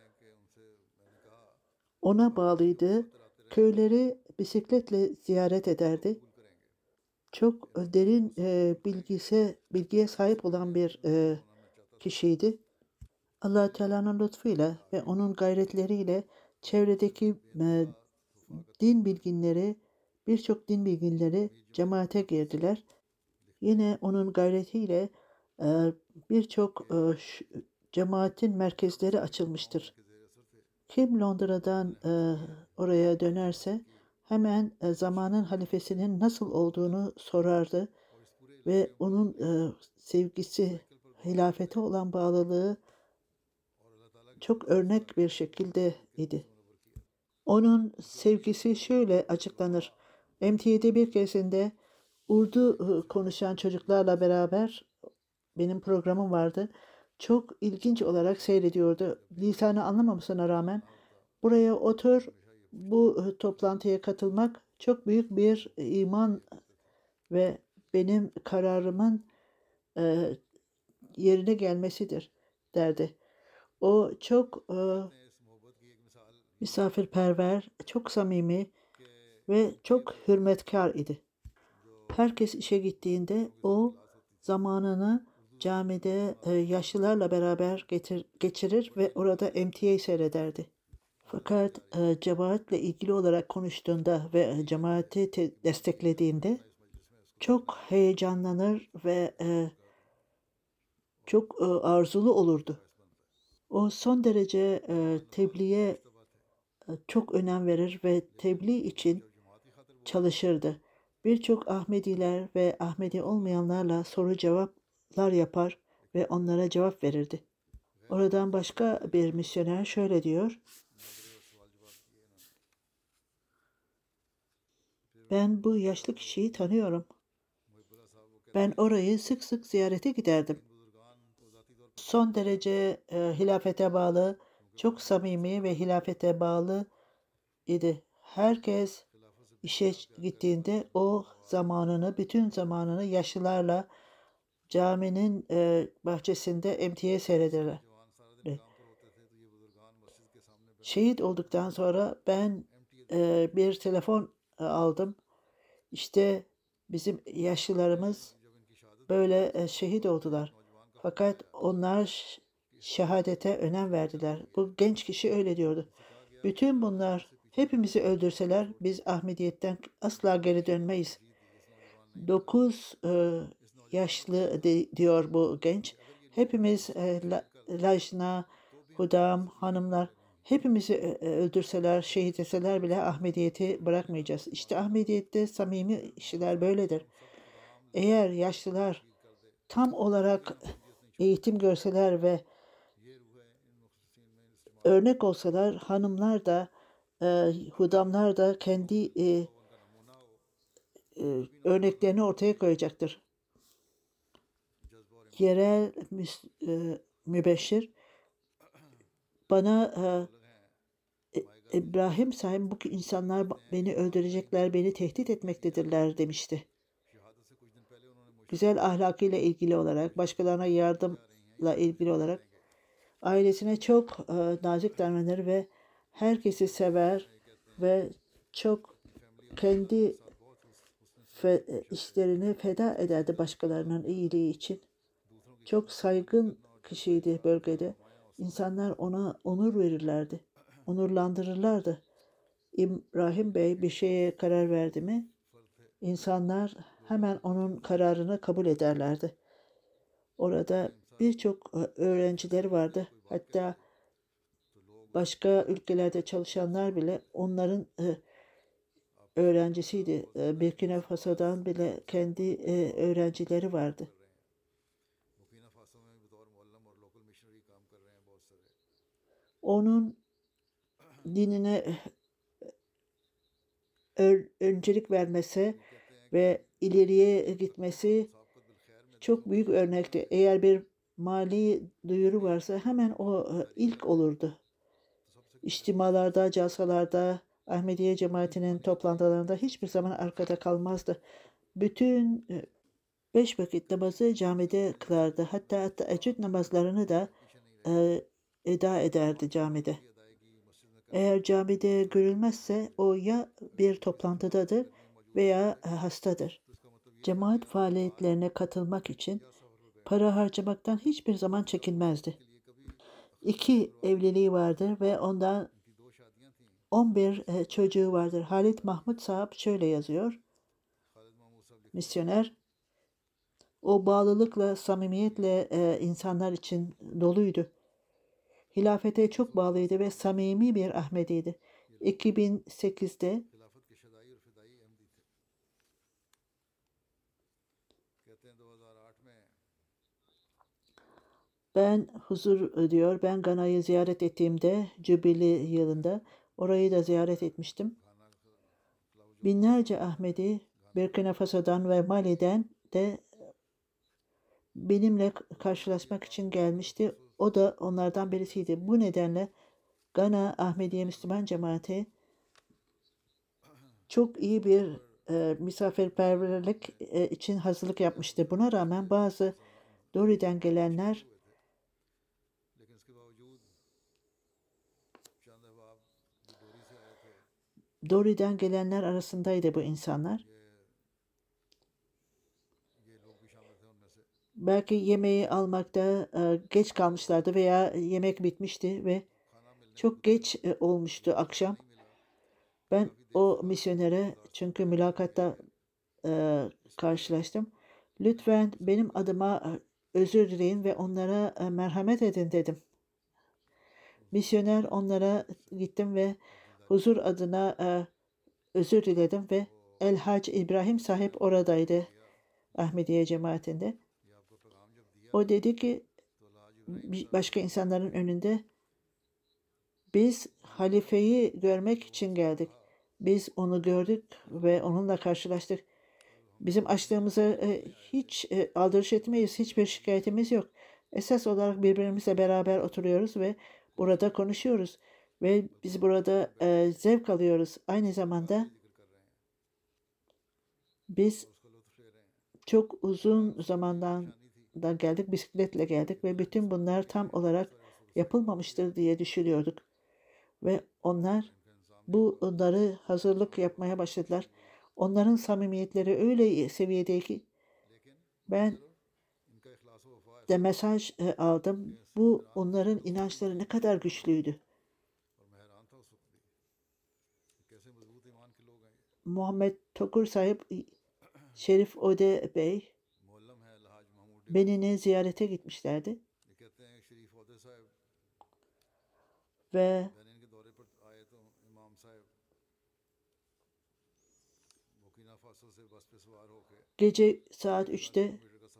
ona bağlıydı. Köyleri bisikletle ziyaret ederdi. Çok derin e, bilgise, bilgiye sahip olan bir e, kişiydi. Allah Teala'nın lütfuyla ve onun gayretleriyle çevredeki e, din bilginleri, birçok din bilginleri cemaate girdiler. Yine onun gayretiyle e, birçok e, cemaatin merkezleri açılmıştır. Kim Londra'dan e, oraya dönerse hemen e, zamanın halifesinin nasıl olduğunu sorardı ve onun e, sevgisi, hilafete olan bağlılığı çok örnek bir şekilde idi. Onun sevgisi şöyle açıklanır. M T A'de bir keresinde Urdu konuşan çocuklarla beraber benim programım vardı. Çok ilginç olarak seyrediyordu. Lisanı anlamamasına rağmen buraya otur, bu toplantıya katılmak çok büyük bir iman ve benim kararımın e, yerine gelmesidir derdi. O çok e, misafirperver, çok samimi ve çok hürmetkar idi. Herkes işe gittiğinde o zamanını camide e, yaşlılarla beraber getir, geçirir ve orada M T A seyrederdi. Fakat e, cemaatle ilgili olarak konuştuğunda ve e, cemaati te- desteklediğinde çok heyecanlanır ve e, çok e, arzulu olurdu. O son derece e, tebliğe e, çok önem verir ve tebliğ için çalışırdı. Birçok Ahmediler ve Ahmedi olmayanlarla soru cevaplar yapar ve onlara cevap verirdi. Oradan başka bir misyoner şöyle diyor. Ben bu yaşlı kişiyi tanıyorum. Ben orayı sık sık ziyarete giderdim. Son derece e, hilafete bağlı, çok samimi ve hilafete bağlı idi. Herkes işe gittiğinde o zamanını, bütün zamanını yaşlılarla caminin e, bahçesinde M T A seyrederler. Şehit olduktan sonra ben e, bir telefon e, aldım. İşte bizim yaşlılarımız böyle e, şehit oldular. Fakat onlar şehadete önem verdiler. Bu genç kişi öyle diyordu. Bütün bunlar hepimizi öldürseler biz Ahmediyetten asla geri dönmeyiz. Dokuz e, yaşlı de, diyor bu genç. Hepimiz e, la, Lajna, Hudam, hanımlar hepimizi e, öldürseler, şehit etseler bile Ahmediyeti bırakmayacağız. İşte Ahmediyette samimi kişiler böyledir. Eğer yaşlılar tam olarak eğitim görseler ve örnek olsalar hanımlar da e, hudamlar da kendi e, e, örneklerini ortaya koyacaktır. Yerel müs, e, mübeşşir bana e, İbrahim sahip bu insanlar beni öldürecekler, beni tehdit etmektedirler demişti. Güzel ahlakıyla ilgili olarak, başkalarına yardımla ilgili olarak ailesine çok e, nazik davranır ve herkesi sever ve çok kendi fe, işlerini feda ederdi başkalarının iyiliği için. Çok saygın kişiydi bölgede. İnsanlar ona onur verirlerdi, onurlandırırlardı. İbrahim Bey bir şeye karar verdi mi, insanlar hemen onun kararını kabul ederlerdi. Orada birçok öğrencileri vardı. Hatta Başka ülkelerde çalışanlar bile onların e, öğrencisiydi. E, Burkina Faso'dan bile kendi e, öğrencileri vardı. Onun dinine öncelik vermesi ve ileriye gitmesi çok büyük örnekti. Eğer bir mali duyuru varsa hemen o ilk olurdu. İçtimalarda, calsalarda, Ahmediye cemaatinin toplantılarında hiçbir zaman arkada kalmazdı. Bütün beş vakit namazı camide kılardı. Hatta teheccüd namazlarını da e, eda ederdi camide. Eğer camide görülmezse o ya bir toplantıdadır veya hastadır. Cemaat faaliyetlerine katılmak için para harcamaktan hiçbir zaman çekinmezdi. İki evliliği vardır ve ondan on bir çocuğu vardır. Halit Mahmud Sahab şöyle yazıyor. Misyoner, o bağlılıkla, samimiyetle insanlar için doluydu. Hilafete çok bağlıydı ve samimi bir Ahmediydi. iki bin sekizde ben huzur diyor, ben Gana'yı ziyaret ettiğimde Cübili yılında orayı da ziyaret etmiştim. Binlerce Ahmedi Burkina Faso'dan ve Mali'den de benimle karşılaşmak için gelmişti. O da onlardan birisiydi. Bu nedenle Gana Ahmediye Müslüman Cemaati çok iyi bir e, misafirperverlik e, için hazırlık yapmıştı. Buna rağmen bazı Dori'den gelenler Dori'den gelenler arasındaydı bu insanlar. Belki yemeği almakta e, geç kalmışlardı veya yemek bitmişti ve çok geç e, olmuştu akşam. Ben o misyonere çünkü mülakatta e, karşılaştım. Lütfen benim adıma e, özür dileyin ve onlara e, merhamet edin dedim. Misyoner onlara gittim ve huzur adına e, özür diledim ve El Hac İbrahim sahip oradaydı Ahmediye cemaatinde. O dedi ki başka insanların önünde biz halifeyi görmek için geldik. Biz onu gördük ve onunla karşılaştık. Bizim açlığımıza e, hiç e, aldırış etmeyiz. Hiçbir şikayetimiz yok. Esas olarak birbirimizle beraber oturuyoruz ve burada konuşuyoruz. Ve biz burada e, zevk alıyoruz. Aynı zamanda biz çok uzun zamandan da geldik. Bisikletle geldik ve bütün bunlar tam olarak yapılmamıştır diye düşünüyorduk. Ve onlar bunları hazırlık yapmaya başladılar. Onların samimiyetleri öyle seviyedeydi ki ben de mesaj e, aldım. Bu onların inançları ne kadar güçlüydü. Muhammed Tokur sahip Şerif Ode Bey Benin'e ziyarete gitmişlerdi. Ve gece saat üçte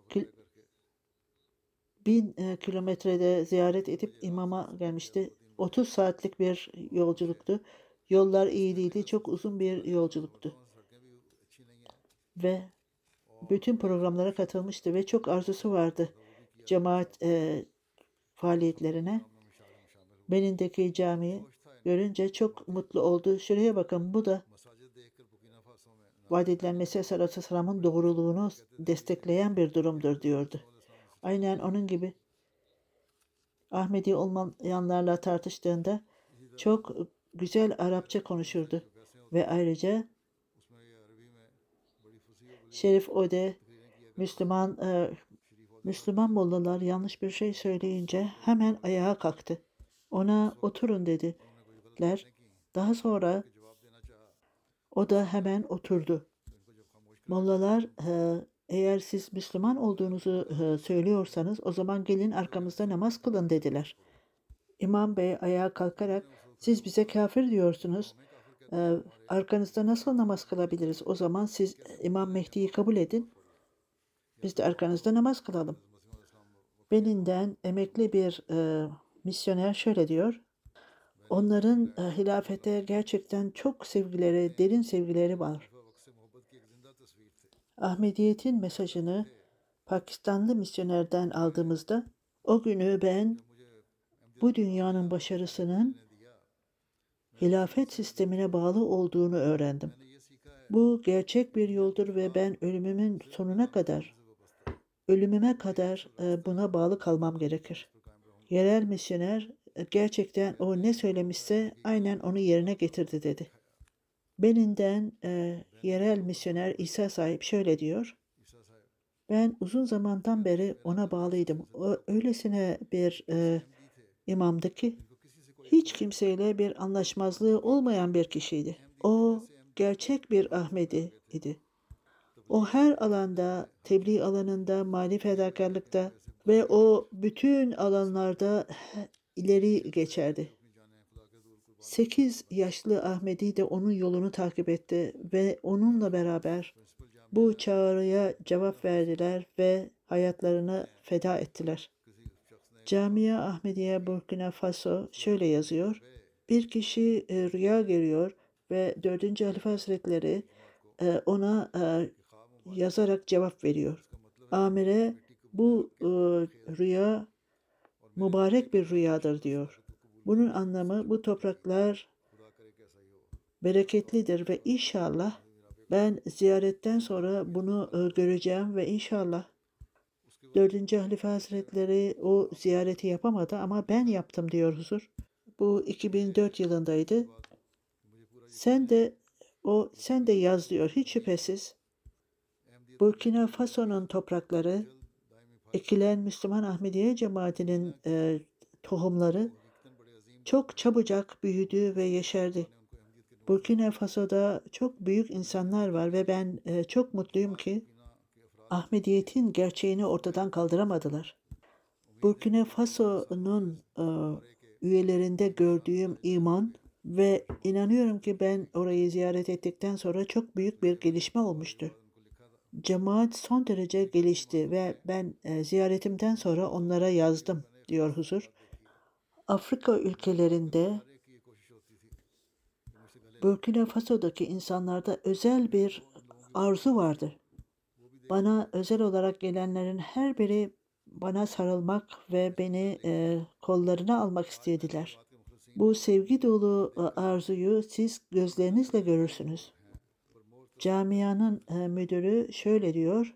bin kilometrede ziyaret edip imama gelmişti. otuz saatlik bir yolculuktu. Yollar iyi değildi. Çok uzun bir yolculuktu. Ve bütün programlara katılmıştı ve çok arzusu vardı cemaat e, faaliyetlerine. Benin'deki camiyi görünce çok mutlu oldu. Şuraya bakın, bu da vaat edilen Mesih Aleyhisselam'ın doğruluğunu destekleyen bir durumdur diyordu. Aynen onun gibi Ahmedi olmayanlarla tartıştığında çok güzel Arapça konuşurdu. Ve ayrıca Şerif Ode Müslüman e, Müslüman mollalar yanlış bir şey söyleyince hemen ayağa kalktı. Ona oturun dediler. Daha sonra o da hemen oturdu. Mollalar e, eğer siz Müslüman olduğunuzu e, söylüyorsanız o zaman gelin arkamızda namaz kılın dediler. İmam Bey ayağa kalkarak siz bize kafir diyorsunuz. Ee, arkanızda nasıl namaz kılabiliriz? O zaman siz İmam Mehdi'yi kabul edin. Biz de arkanızda namaz kılalım. Benin'den emekli bir e, misyoner şöyle diyor. Onların e, hilafete gerçekten çok sevgileri, derin sevgileri var. Ahmediyet'in mesajını Pakistanlı misyonerden aldığımızda o günü ben bu dünyanın başarısının hilafet sistemine bağlı olduğunu öğrendim. Bu gerçek bir yoldur ve ben ölümümün sonuna kadar, ölümüme kadar e, buna bağlı kalmam gerekir. Yerel misyoner e, gerçekten o ne söylemişse aynen onu yerine getirdi dedi. Benin'den e, yerel misyoner İsa sahip şöyle diyor. Ben uzun zamandan beri ona bağlıydım. O öylesine bir e, imamdı ki hiç kimseyle bir anlaşmazlığı olmayan bir kişiydi. O gerçek bir Ahmedi idi. O her alanda, tebliğ alanında, mali fedakarlıkta ve o bütün alanlarda ileri geçerdi. Sekiz yaşlı Ahmedi de onun yolunu takip etti ve onunla beraber bu çağrıya cevap verdiler ve hayatlarını feda ettiler. Camia Ahmediye Burkina Faso şöyle yazıyor. Bir kişi e, rüya görüyor ve dördüncü Halife Hazretleri e, ona e, yazarak cevap veriyor. Amire bu e, rüya mübarek bir rüyadır diyor. Bunun anlamı bu topraklar bereketlidir ve inşallah ben ziyaretten sonra bunu e, göreceğim ve inşallah dördüncü Halife Hazretleri o ziyareti yapamadı ama ben yaptım diyor huzur. Bu iki bin dört yılındaydı. Sen de o sen de yaz diyor hiç şüphesiz. Burkina Faso'nun toprakları ekilen Müslüman Ahmediye cemaatinin e, tohumları çok çabucak büyüdü ve yeşerdi. Burkina Faso'da çok büyük insanlar var ve ben e, çok mutluyum ki Ahmediyet'in gerçeğini ortadan kaldıramadılar. Burkina Faso'nun e, üyelerinde gördüğüm iman ve inanıyorum ki ben orayı ziyaret ettikten sonra çok büyük bir gelişme olmuştu. Cemaat son derece gelişti ve ben e, ziyaretimden sonra onlara yazdım diyor huzur. Afrika ülkelerinde Burkina Faso'daki insanlarda özel bir arzu vardır. Bana özel olarak gelenlerin her biri bana sarılmak ve beni e, kollarına almak istediler. Bu sevgi dolu e, arzuyu siz gözlerinizle görürsünüz. Camianın e, müdürü şöyle diyor.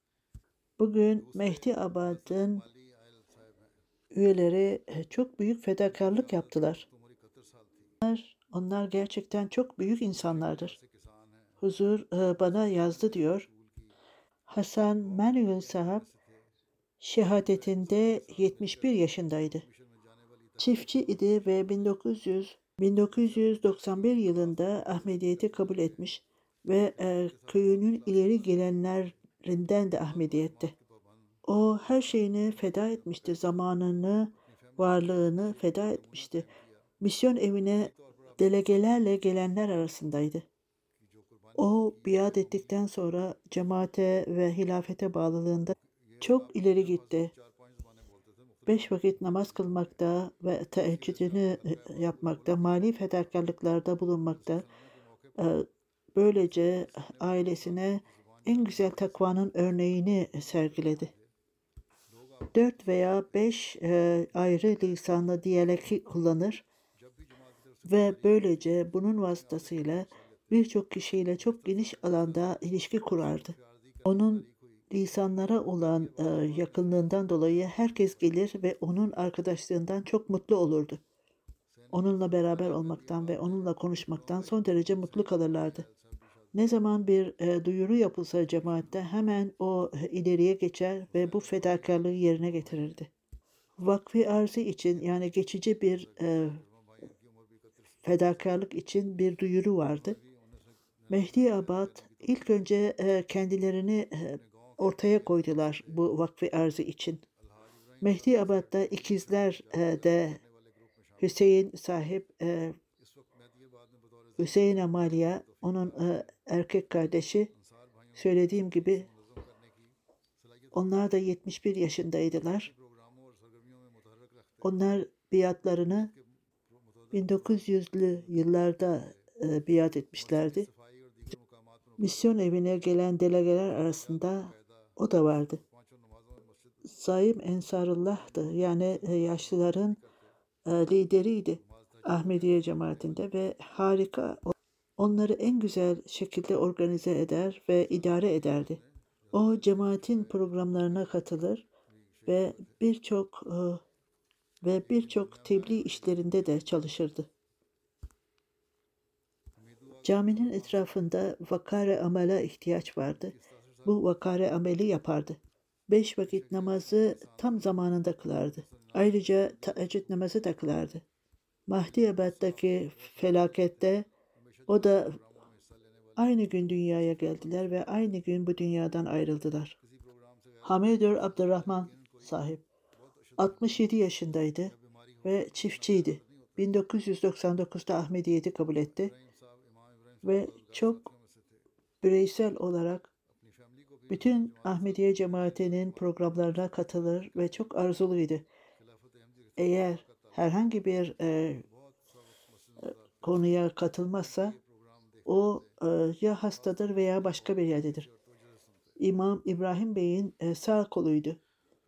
Bugün Mehdi Abad'ın üyeleri e, çok büyük fedakarlık yaptılar. Onlar, onlar gerçekten çok büyük insanlardır. Huzur e, bana yazdı diyor. Hasan Manuel Sahab şehadetinde yetmiş bir yaşındaydı. Çiftçi idi ve bin dokuz yüz bin dokuz yüz doksan bir yılında Ahmediyet'i kabul etmiş ve e, köyünün ileri gelenlerinden de Ahmediyet'ti. O her şeyini feda etmişti, zamanını, varlığını feda etmişti. Misyon evine delegelerle gelenler arasındaydı. O biat ettikten sonra cemaate ve hilafete bağlılığında çok ileri gitti. Beş vakit namaz kılmakta ve teheccüdünü yapmakta, mali fedakarlıklarda bulunmakta, böylece ailesine en güzel takvanın örneğini sergiledi. Dört veya beş e, ayrı lisanlı diyalekti kullanır ve böylece bunun vasıtasıyla birçok kişiyle çok geniş alanda ilişki kurardı. Onun lisanlara olan e, yakınlığından dolayı herkes gelir ve onun arkadaşlığından çok mutlu olurdu. Onunla beraber olmaktan ve onunla konuşmaktan son derece mutlu kalırlardı. Ne zaman bir e, duyuru yapılsa cemaatte hemen o e, ileriye geçer ve bu fedakarlığı yerine getirirdi. Vakfi arzı için yani geçici bir e, fedakarlık için bir duyuru vardı. Mehdi Abad ilk önce e, kendilerini e, ortaya koydular bu vakfi arzı için. Mehdi Abad'da ikizler e, de Hüseyin sahip, e, Hüseyin Amaliya, onun e, erkek kardeşi, söylediğim gibi onlar da yetmiş bir yaşındaydılar. Onlar biatlarını bin dokuz yüzlü yıllarda e, biat etmişlerdi. Misyon evine gelen delegeler arasında o da vardı. Zaim Ensarullah'tı. Yani e, yaşlıların e, lideriydi Ahmediye cemaatinde ve harika, onları en güzel şekilde organize eder ve idare ederdi. O cemaatin programlarına katılır ve birçok e, ve birçok tebliğ işlerinde de çalışırdı. Caminin etrafında vakare amele ihtiyaç vardı. Bu vakare ameli yapardı. Beş vakit namazı tam zamanında kılardı. Ayrıca teheccüd namazı da kılardı. Mahdiyabad'daki felakette o da aynı gün dünyaya geldiler ve aynı gün bu dünyadan ayrıldılar. Hamidur Abdurrahman sahip altmış yedi yaşındaydı ve çiftçiydi. bin dokuz yüz doksan dokuzda Ahmediyeti kabul etti ve çok bireysel olarak bütün Ahmediye cemaatinin programlarına katılır ve çok arzuluydu. Eğer herhangi bir e, konuya katılmazsa o e, ya hastadır veya başka bir yerdedir. İmam İbrahim Bey'in e, sağ koluydu.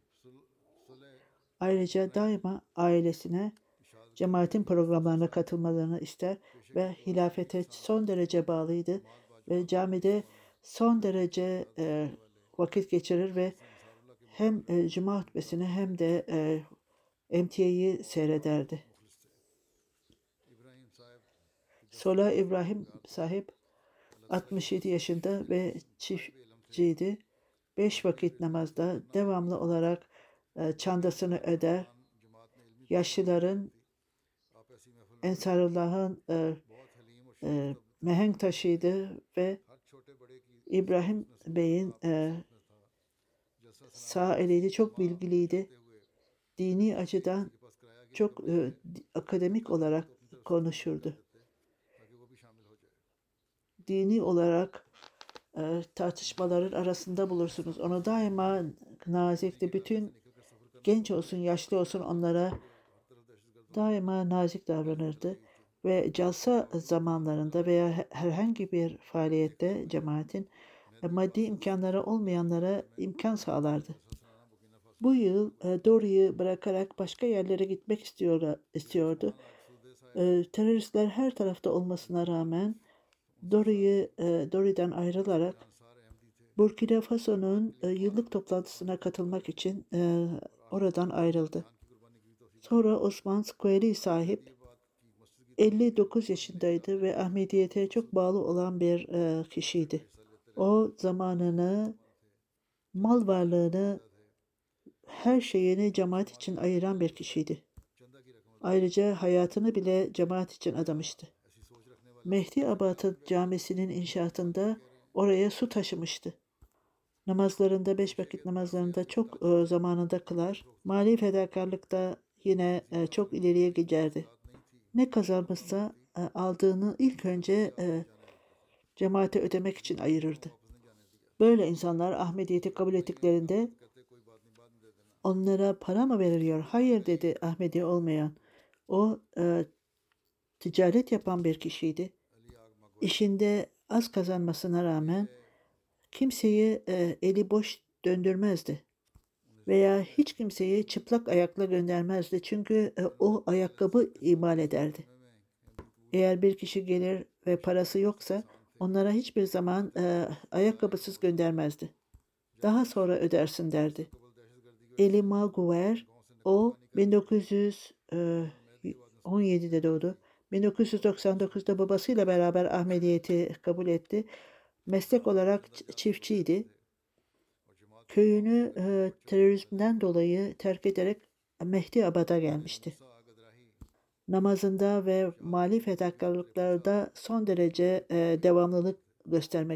Ayrıca daima ailesine cemaatin programlarına katılmalarını ister ve hilafete son derece bağlıydı ve camide son derece e, vakit geçirir ve hem e, cuma hutbesini hem de e, M T A'yı seyrederdi. Sola İbrahim sahip altmış yedi yaşında ve çiftçiydi. Beş vakit namazda devamlı olarak e, çandasını öder. Yaşlıların, Ensarullah'ın e, e, mihenk taşıydı ve İbrahim Bey'in e, sağ eliydi, çok bilgiliydi. Dini açıdan çok e, akademik olarak konuşurdu. Dini olarak e, tartışmaların arasında bulursunuz. Onu daima nazikti. Bütün genç olsun, yaşlı olsun onlara daima nazik davranırdı. Ve calsa zamanlarında veya herhangi bir faaliyette cemaatin maddi imkanları olmayanlara imkan sağlardı. Bu yıl e, Dori'yi bırakarak başka yerlere gitmek istiyor, istiyordu. E, teröristler her tarafta olmasına rağmen Dori'yi e, Dori'den ayrılarak Burkina Faso'nun e, yıllık toplantısına katılmak için e, oradan ayrıldı. Sonra Osman Squeli sahip elli dokuz yaşındaydı ve Ahmediyete çok bağlı olan bir e, kişiydi. O zamanını, mal varlığını, her şeyini cemaat için ayıran bir kişiydi. Ayrıca hayatını bile cemaat için adamıştı. Mehdi Abad'ın camisinin inşaatında oraya su taşımıştı. Namazlarında, beş vakit namazlarında çok e, zamanında kılar. Mali fedakarlıkta yine e, çok ileriye giderdi. Ne kazanmışsa e, aldığını ilk önce e, cemaate ödemek için ayırırdı. Böyle insanlar Ahmediyeti kabul ettiklerinde onlara para mı veriliyor? Hayır dedi Ahmedi olmayan. O e, ticaret yapan bir kişiydi. İşinde az kazanmasına rağmen kimseyi e, eli boş döndürmezdi. Veya hiç kimseyi çıplak ayakla göndermezdi. Çünkü e, o ayakkabı imal ederdi. Eğer bir kişi gelir ve parası yoksa onlara hiçbir zaman e, ayakkabısız göndermezdi. Daha sonra ödersin derdi. Eli Maguire, o bin dokuz yüz on yedide doğdu. bin dokuz yüz doksan dokuzda babasıyla beraber Ahmediyeti kabul etti. Meslek olarak çiftçiydi. Köyünü e, terörizmden dolayı terk ederek Mehdi Abad'a gelmişti. Namazında ve mali fedakarlıklarda son derece e, devamlılık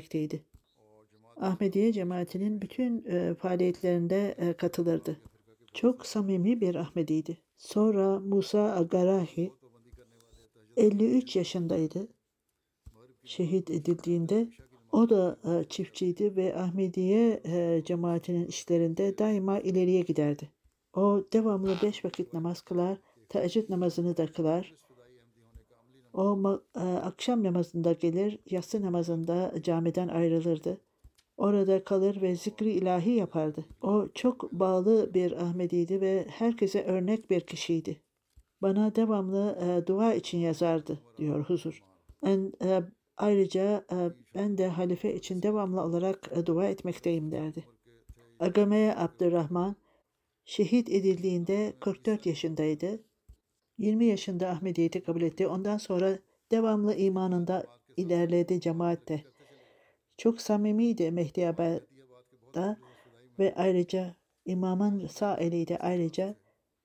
göstermekteydi. Ahmediye cemaatinin bütün e, faaliyetlerinde e, katılırdı. Çok samimi bir Ahmediydi. Sonra Musa Agarahi elli üç yaşındaydı. Şehit edildiğinde o da e, çiftçiydi ve Ahmediye e, cemaatinin işlerinde daima ileriye giderdi. O devamlı beş vakit namaz kılar, teheccüd namazını da kılar. O e, akşam namazında gelir, yatsı namazında camiden ayrılırdı. Orada kalır ve zikri ilahi yapardı. O çok bağlı bir Ahmediydi ve herkese örnek bir kişiydi. Bana devamlı e, dua için yazardı, diyor Huzur. Ben, e, ayrıca e, ben de halife için devamlı olarak e, dua etmekteyim derdi. Agame Abdurrahman şehit edildiğinde kırk dört yaşındaydı. yirmi yaşında Ahmediyeti kabul etti. Ondan sonra devamlı imanında ilerledi cemaatte. Çok samimiydi Mehdi Abad'da ve ayrıca imamın sağ eliydi ayrıca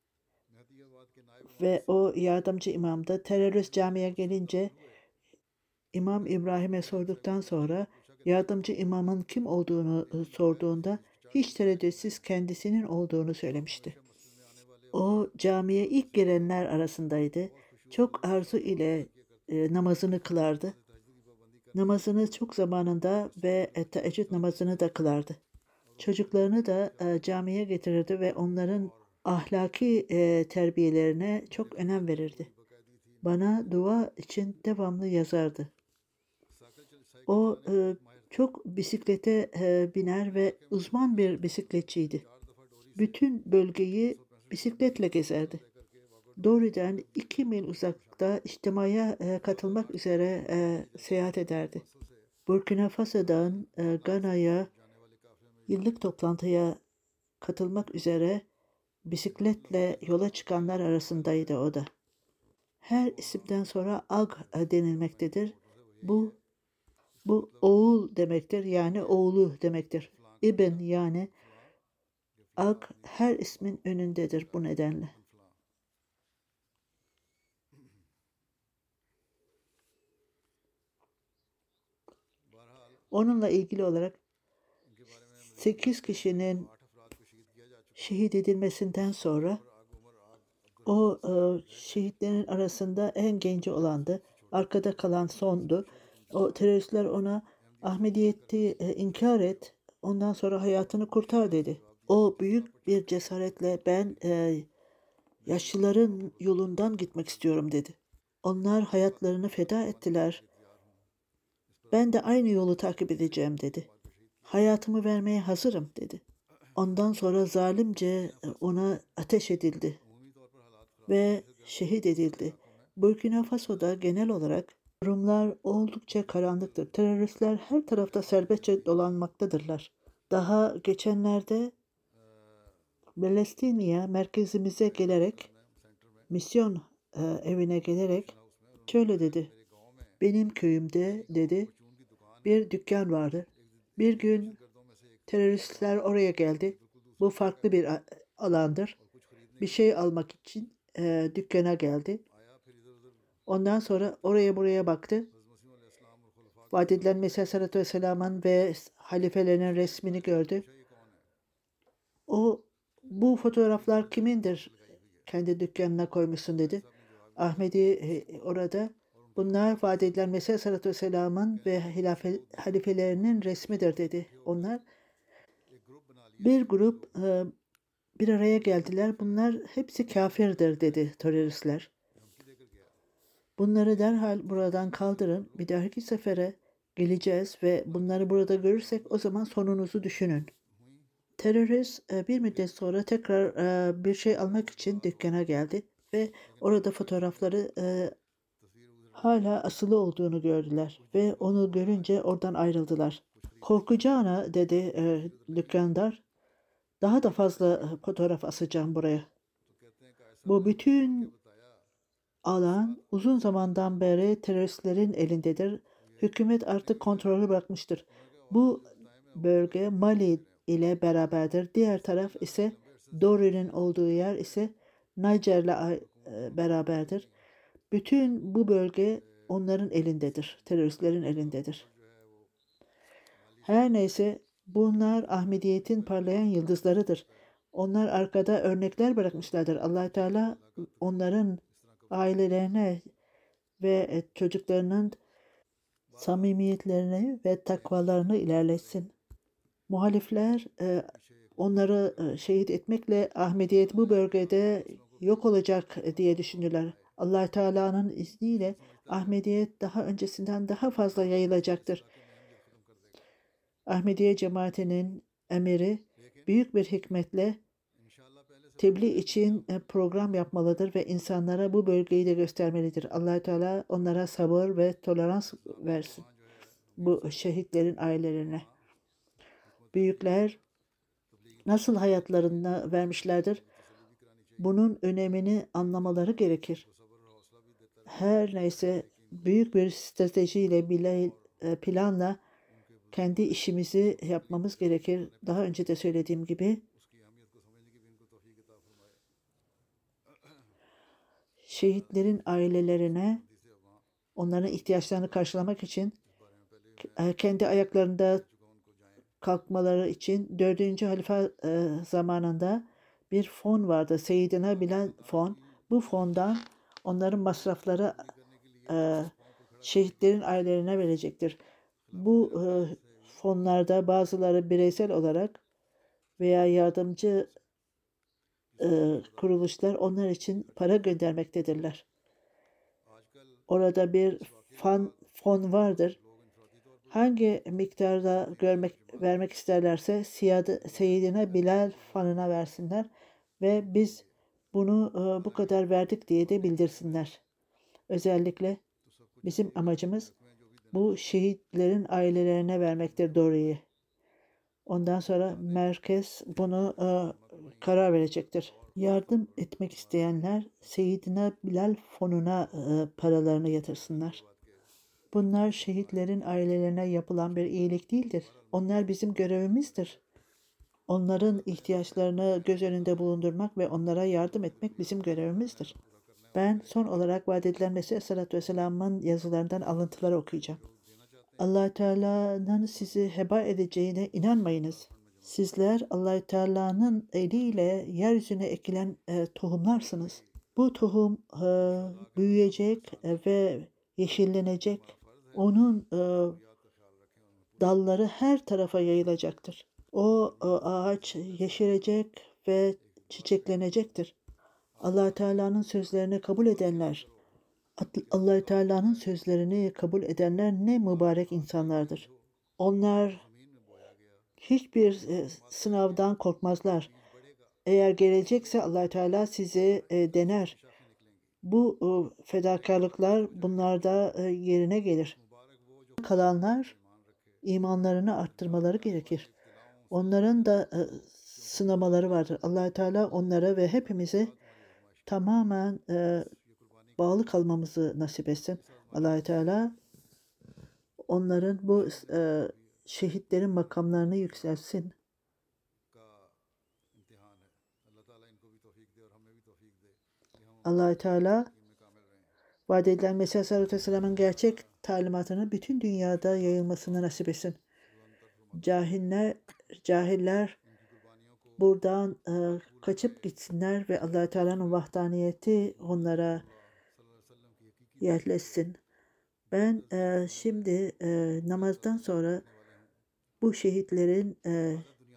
ve o yardımcı imam da terörist camiye gelince İmam İbrahim'e sorduktan sonra yardımcı imamın kim olduğunu sorduğunda hiç tereddütsüz kendisinin olduğunu söylemişti. O camiye ilk girenler arasındaydı. Çok arzu ile e, namazını kılardı. Namazını çok zamanında ve e, teheccüd namazını da kılardı. Çocuklarını da e, camiye getirirdi ve onların ahlaki e, terbiyelerine çok önem verirdi. Bana dua için devamlı yazardı. O e, çok bisiklete e, biner ve uzman bir bisikletçiydi. Bütün bölgeyi bisikletle gezerdi. Doğrudan iki mil uzakta içtimaya e, katılmak üzere e, seyahat ederdi. Burkina Faso'dan e, Gana'ya yıllık toplantıya katılmak üzere bisikletle yola çıkanlar arasındaydı o da. Her isimden sonra Ag denilmektedir. Bu bu oğul demektir, yani oğlu demektir. İbn yani Ag her ismin önündedir bu nedenle. Onunla ilgili olarak sekiz kişinin şehit edilmesinden sonra o e, şehitlerin arasında en genci olandı. Arkada kalan sondu. O teröristler ona Ahmediyeti e, inkar et, ondan sonra hayatını kurtar dedi. O büyük bir cesaretle ben e, yaşlıların yolundan gitmek istiyorum dedi. Onlar hayatlarını feda ettiler. Ben de aynı yolu takip edeceğim dedi. Hayatımı vermeye hazırım dedi. Ondan sonra zalimce ona ateş edildi ve şehit edildi. Burkina Faso'da genel olarak durumlar oldukça karanlıktır. Teröristler her tarafta serbestçe dolanmaktadırlar. Daha geçenlerde Palestina merkezimize gelerek, misyon e, evine gelerek şöyle dedi. Benim köyümde dedi bir dükkan vardı. Bir gün teröristler oraya geldi. Bu farklı bir alandır. Bir şey almak için e, dükkana geldi. Ondan sonra oraya buraya baktı. Vaat edilen Mesih Aleyhisselatü Vesselam'ın ve halifelerinin resmini gördü. O, bu fotoğraflar kimindir? Kendi dükkanına koymuşsun dedi. Ahmedi e, orada. Bunlar vaat edilen Mesih Aleyhisselatü Vesselam'ın ve hilafe, halifelerinin resmidir dedi. Onlar bir grup e, bir araya geldiler. Bunlar hepsi kafirdir dedi teröristler. Bunları derhal buradan kaldırın. Bir dahaki sefere geleceğiz ve bunları burada görürsek o zaman sonunuzu düşünün. Terörist bir müddet sonra tekrar bir şey almak için dükkana geldi ve orada fotoğrafları hala asılı olduğunu gördüler ve onu görünce oradan ayrıldılar. Korkacağına dedi dükkandar, daha da fazla fotoğraf asacağım buraya. Bu bütün alan uzun zamandan beri teröristlerin elindedir. Hükümet artık kontrolü bırakmıştır. Bu bölge Mali ile beraberdir. Diğer taraf ise Dori'nin olduğu yer ise Niger'le beraberdir. Bütün bu bölge onların elindedir. Teröristlerin elindedir. Her neyse bunlar Ahmediyet'in parlayan yıldızlarıdır. Onlar arkada örnekler bırakmışlardır. Allah Teala onların ailelerine ve çocuklarının samimiyetlerini ve takvalarını ilerletsin. Muhalifler e, onları e, şehit etmekle Ahmediyet bu bölgede yok olacak diye düşündüler. Allah Teala'nın izniyle Ahmediyet daha öncesinden daha fazla yayılacaktır. Ahmediye cemaatinin emiri büyük bir hikmetle tebliğ için program yapmalıdır ve insanlara bu bölgeyi de göstermelidir. Allah Teala onlara sabır ve tolerans versin. Bu şehitlerin ailelerine. Büyükler nasıl hayatlarını vermişlerdir? Bunun önemini anlamaları gerekir. Her neyse büyük bir stratejiyle bile planla kendi işimizi yapmamız gerekir. Daha önce de söylediğim gibi şehitlerin ailelerine onların ihtiyaçlarını karşılamak için kendi ayaklarında kalkmaları için dördüncü halife e, zamanında bir fon vardı. Seyyidina Bilal fon. Bu fondan onların masrafları e, şehitlerin ailelerine verecektir. Bu e, fonlarda bazıları bireysel olarak veya yardımcı e, kuruluşlar onlar için para göndermektedirler. Orada bir fon, fon vardır. Hangi miktarda görmek, vermek isterlerse Seyyidine Bilal fanına versinler ve biz bunu e, bu kadar verdik diye de bildirsinler. Özellikle bizim amacımız bu şehitlerin ailelerine vermektir doğruyu. Ondan sonra merkez bunu e, karar verecektir. Yardım etmek isteyenler Seyyidine Bilal fonuna e, paralarını yatırsınlar. Bunlar şehitlerin ailelerine yapılan bir iyilik değildir. Onlar bizim görevimizdir. Onların ihtiyaçlarını göz önünde bulundurmak ve onlara yardım etmek bizim görevimizdir. Ben son olarak vaat edilen Mesih Aleyhisselatü Vesselam'ın yazılarından alıntılar okuyacağım. Allah Teala'nın sizi heba edeceğine inanmayınız. Sizler Allah Teala'nın eliyle yeryüzüne ekilen e, tohumlarsınız. Bu tohum e, büyüyecek e, ve yeşillenecek. Onun e, dalları her tarafa yayılacaktır. O e, ağaç yeşerecek ve çiçeklenecektir. Allah Teala'nın sözlerini kabul edenler, Allah Teala'nın sözlerini kabul edenler ne mübarek insanlardır. Onlar hiçbir e, sınavdan korkmazlar. Eğer gelecekse Allah Teala sizi e, dener. Bu e, fedakarlıklar bunlarda e, yerine gelir. Kalanlar imanlarını arttırmaları gerekir. Onların da e, sınamaları vardır. Allah Teala onlara ve hepimize tamamen e, bağlı kalmamızı nasip etsin. Allah Teala onların bu e, şehitlerin makamlarını yükselsin. Allah Teala vaat edilen Mesih Aleyhisselatü Vesselam'ın gerçek talimatını bütün dünyada yayılmasını nasip etsin. Cahiller, cahiller buradan e, kaçıp gitsinler ve Allah Teala'nın vahdaniyeti onlara yerleşsin. Ben e, şimdi e, namazdan sonra bu şehitlerin e,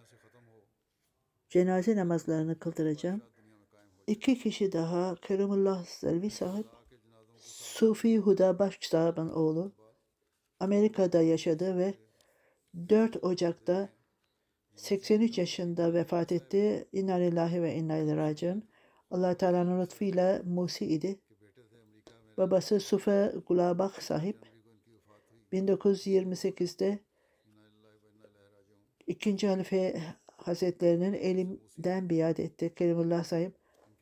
cenaze namazlarını kıldıracağım. İki kişi daha Kerimullah Selvi sahip, Sufi Huda Baş sahibin oğlu, Amerika'da yaşadı ve dört Ocak'ta seksen üç yaşında vefat etti. İnna lillahi ve inna ileyhi raciun. Allah Teala'nın lütfuyla Musi idi. Babası Sufe Gulabak sahip. bin dokuz yüz yirmi sekizde ikinci Halife Hazretlerinin elinden biat etti. Kerimullah sahip.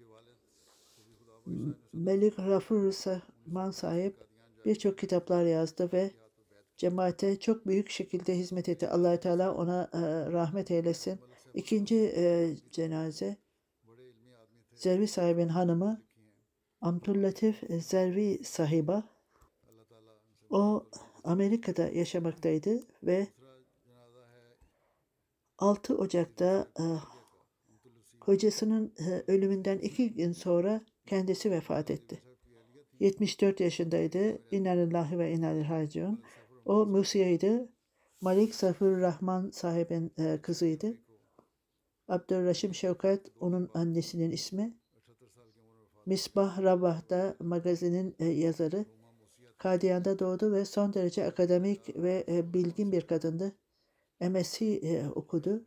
Melik Rafur Rahman sahip birçok kitaplar yazdı ve cemaate çok büyük şekilde hizmet etti. Allah Teala ona e, rahmet eylesin. İkinci e, cenaze Zervi sahibin hanımı Abdüllatif Zervi sahiba. O Amerika'da yaşamaktaydı ve altı Ocak'ta e, Kocasının e, ölümünden iki gün sonra kendisi vefat etti. yetmiş dört yaşındaydı. İnna lillahi ve inna ileyhi raciun. O Musiye'ydi. Malik Safur Rahman sahibin e, kızıydı. Abdurraşim Şevkat onun annesinin ismi. Misbah Rabah'da magazinin e, yazarı. Kadiyan'da doğdu ve son derece akademik ve e, bilgin bir kadındı. M S C e, okudu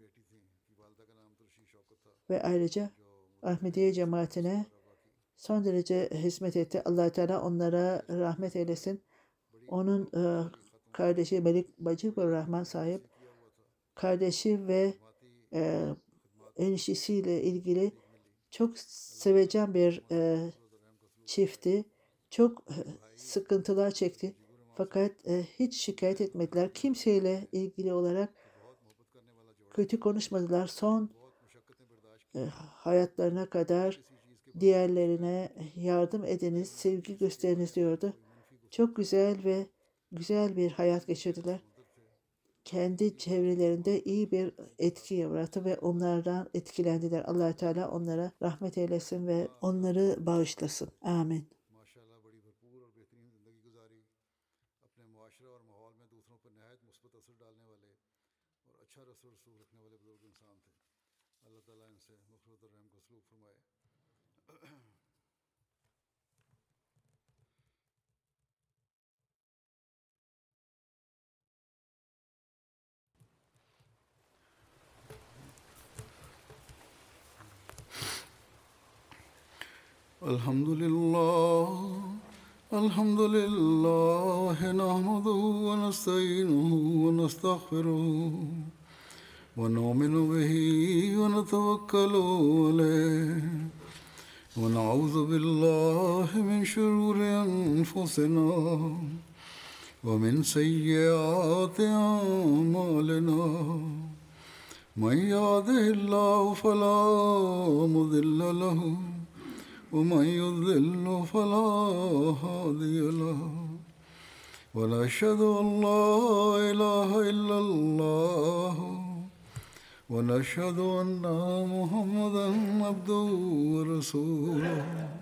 ve ayrıca Ahmediye cemaatine son derece hizmet etti. Allah Teala onlara rahmet eylesin. Onun e, kardeşi Melik Bacıbur Rahman sahip, kardeşi ve e, eniştesiyle ilgili çok sevecen bir e, çifti. Çok e, sıkıntılar çekti. Fakat e, hiç şikayet etmediler. Kimseyle ilgili olarak kötü konuşmadılar. Son e, hayatlarına kadar diğerlerine yardım ediniz, sevgi gösteriniz diyordu. Çok güzel ve güzel bir hayat geçirdiler. Kendi çevrelerinde iyi bir etki yarattı ve onlardan etkilendiler. Allah Teala onlara rahmet eylesin ve onları bağışlasın. Amin. الحمد لله الحمد لله نحمده ونستعينه ونستغفره ونؤمن به ونتوكل عليه ونعوذ بالله من شرور أنفسنا ومن سيئات أعمالنا من يهده الله فلا مضل له ومن يضلل فلا هادي له ونشهد أن لا إله إلا الله ونشهد أن محمدا عبده ورسوله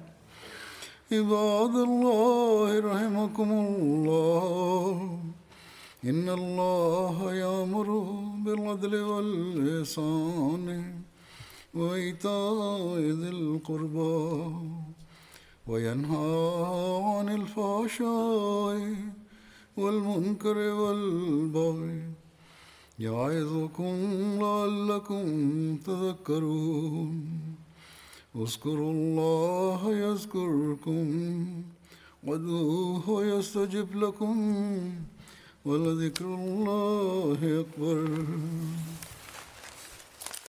عباد الله رحمكم الله إن الله يأمر بالعدل والإحسان وإيتاء ذي القربى وينهى عن الفحشاء والمنكر والبغي يعظكم لعلكم تذكرون اذكروا الله يذكركم وادعوه يستجب لكم ولذكر الله أكبر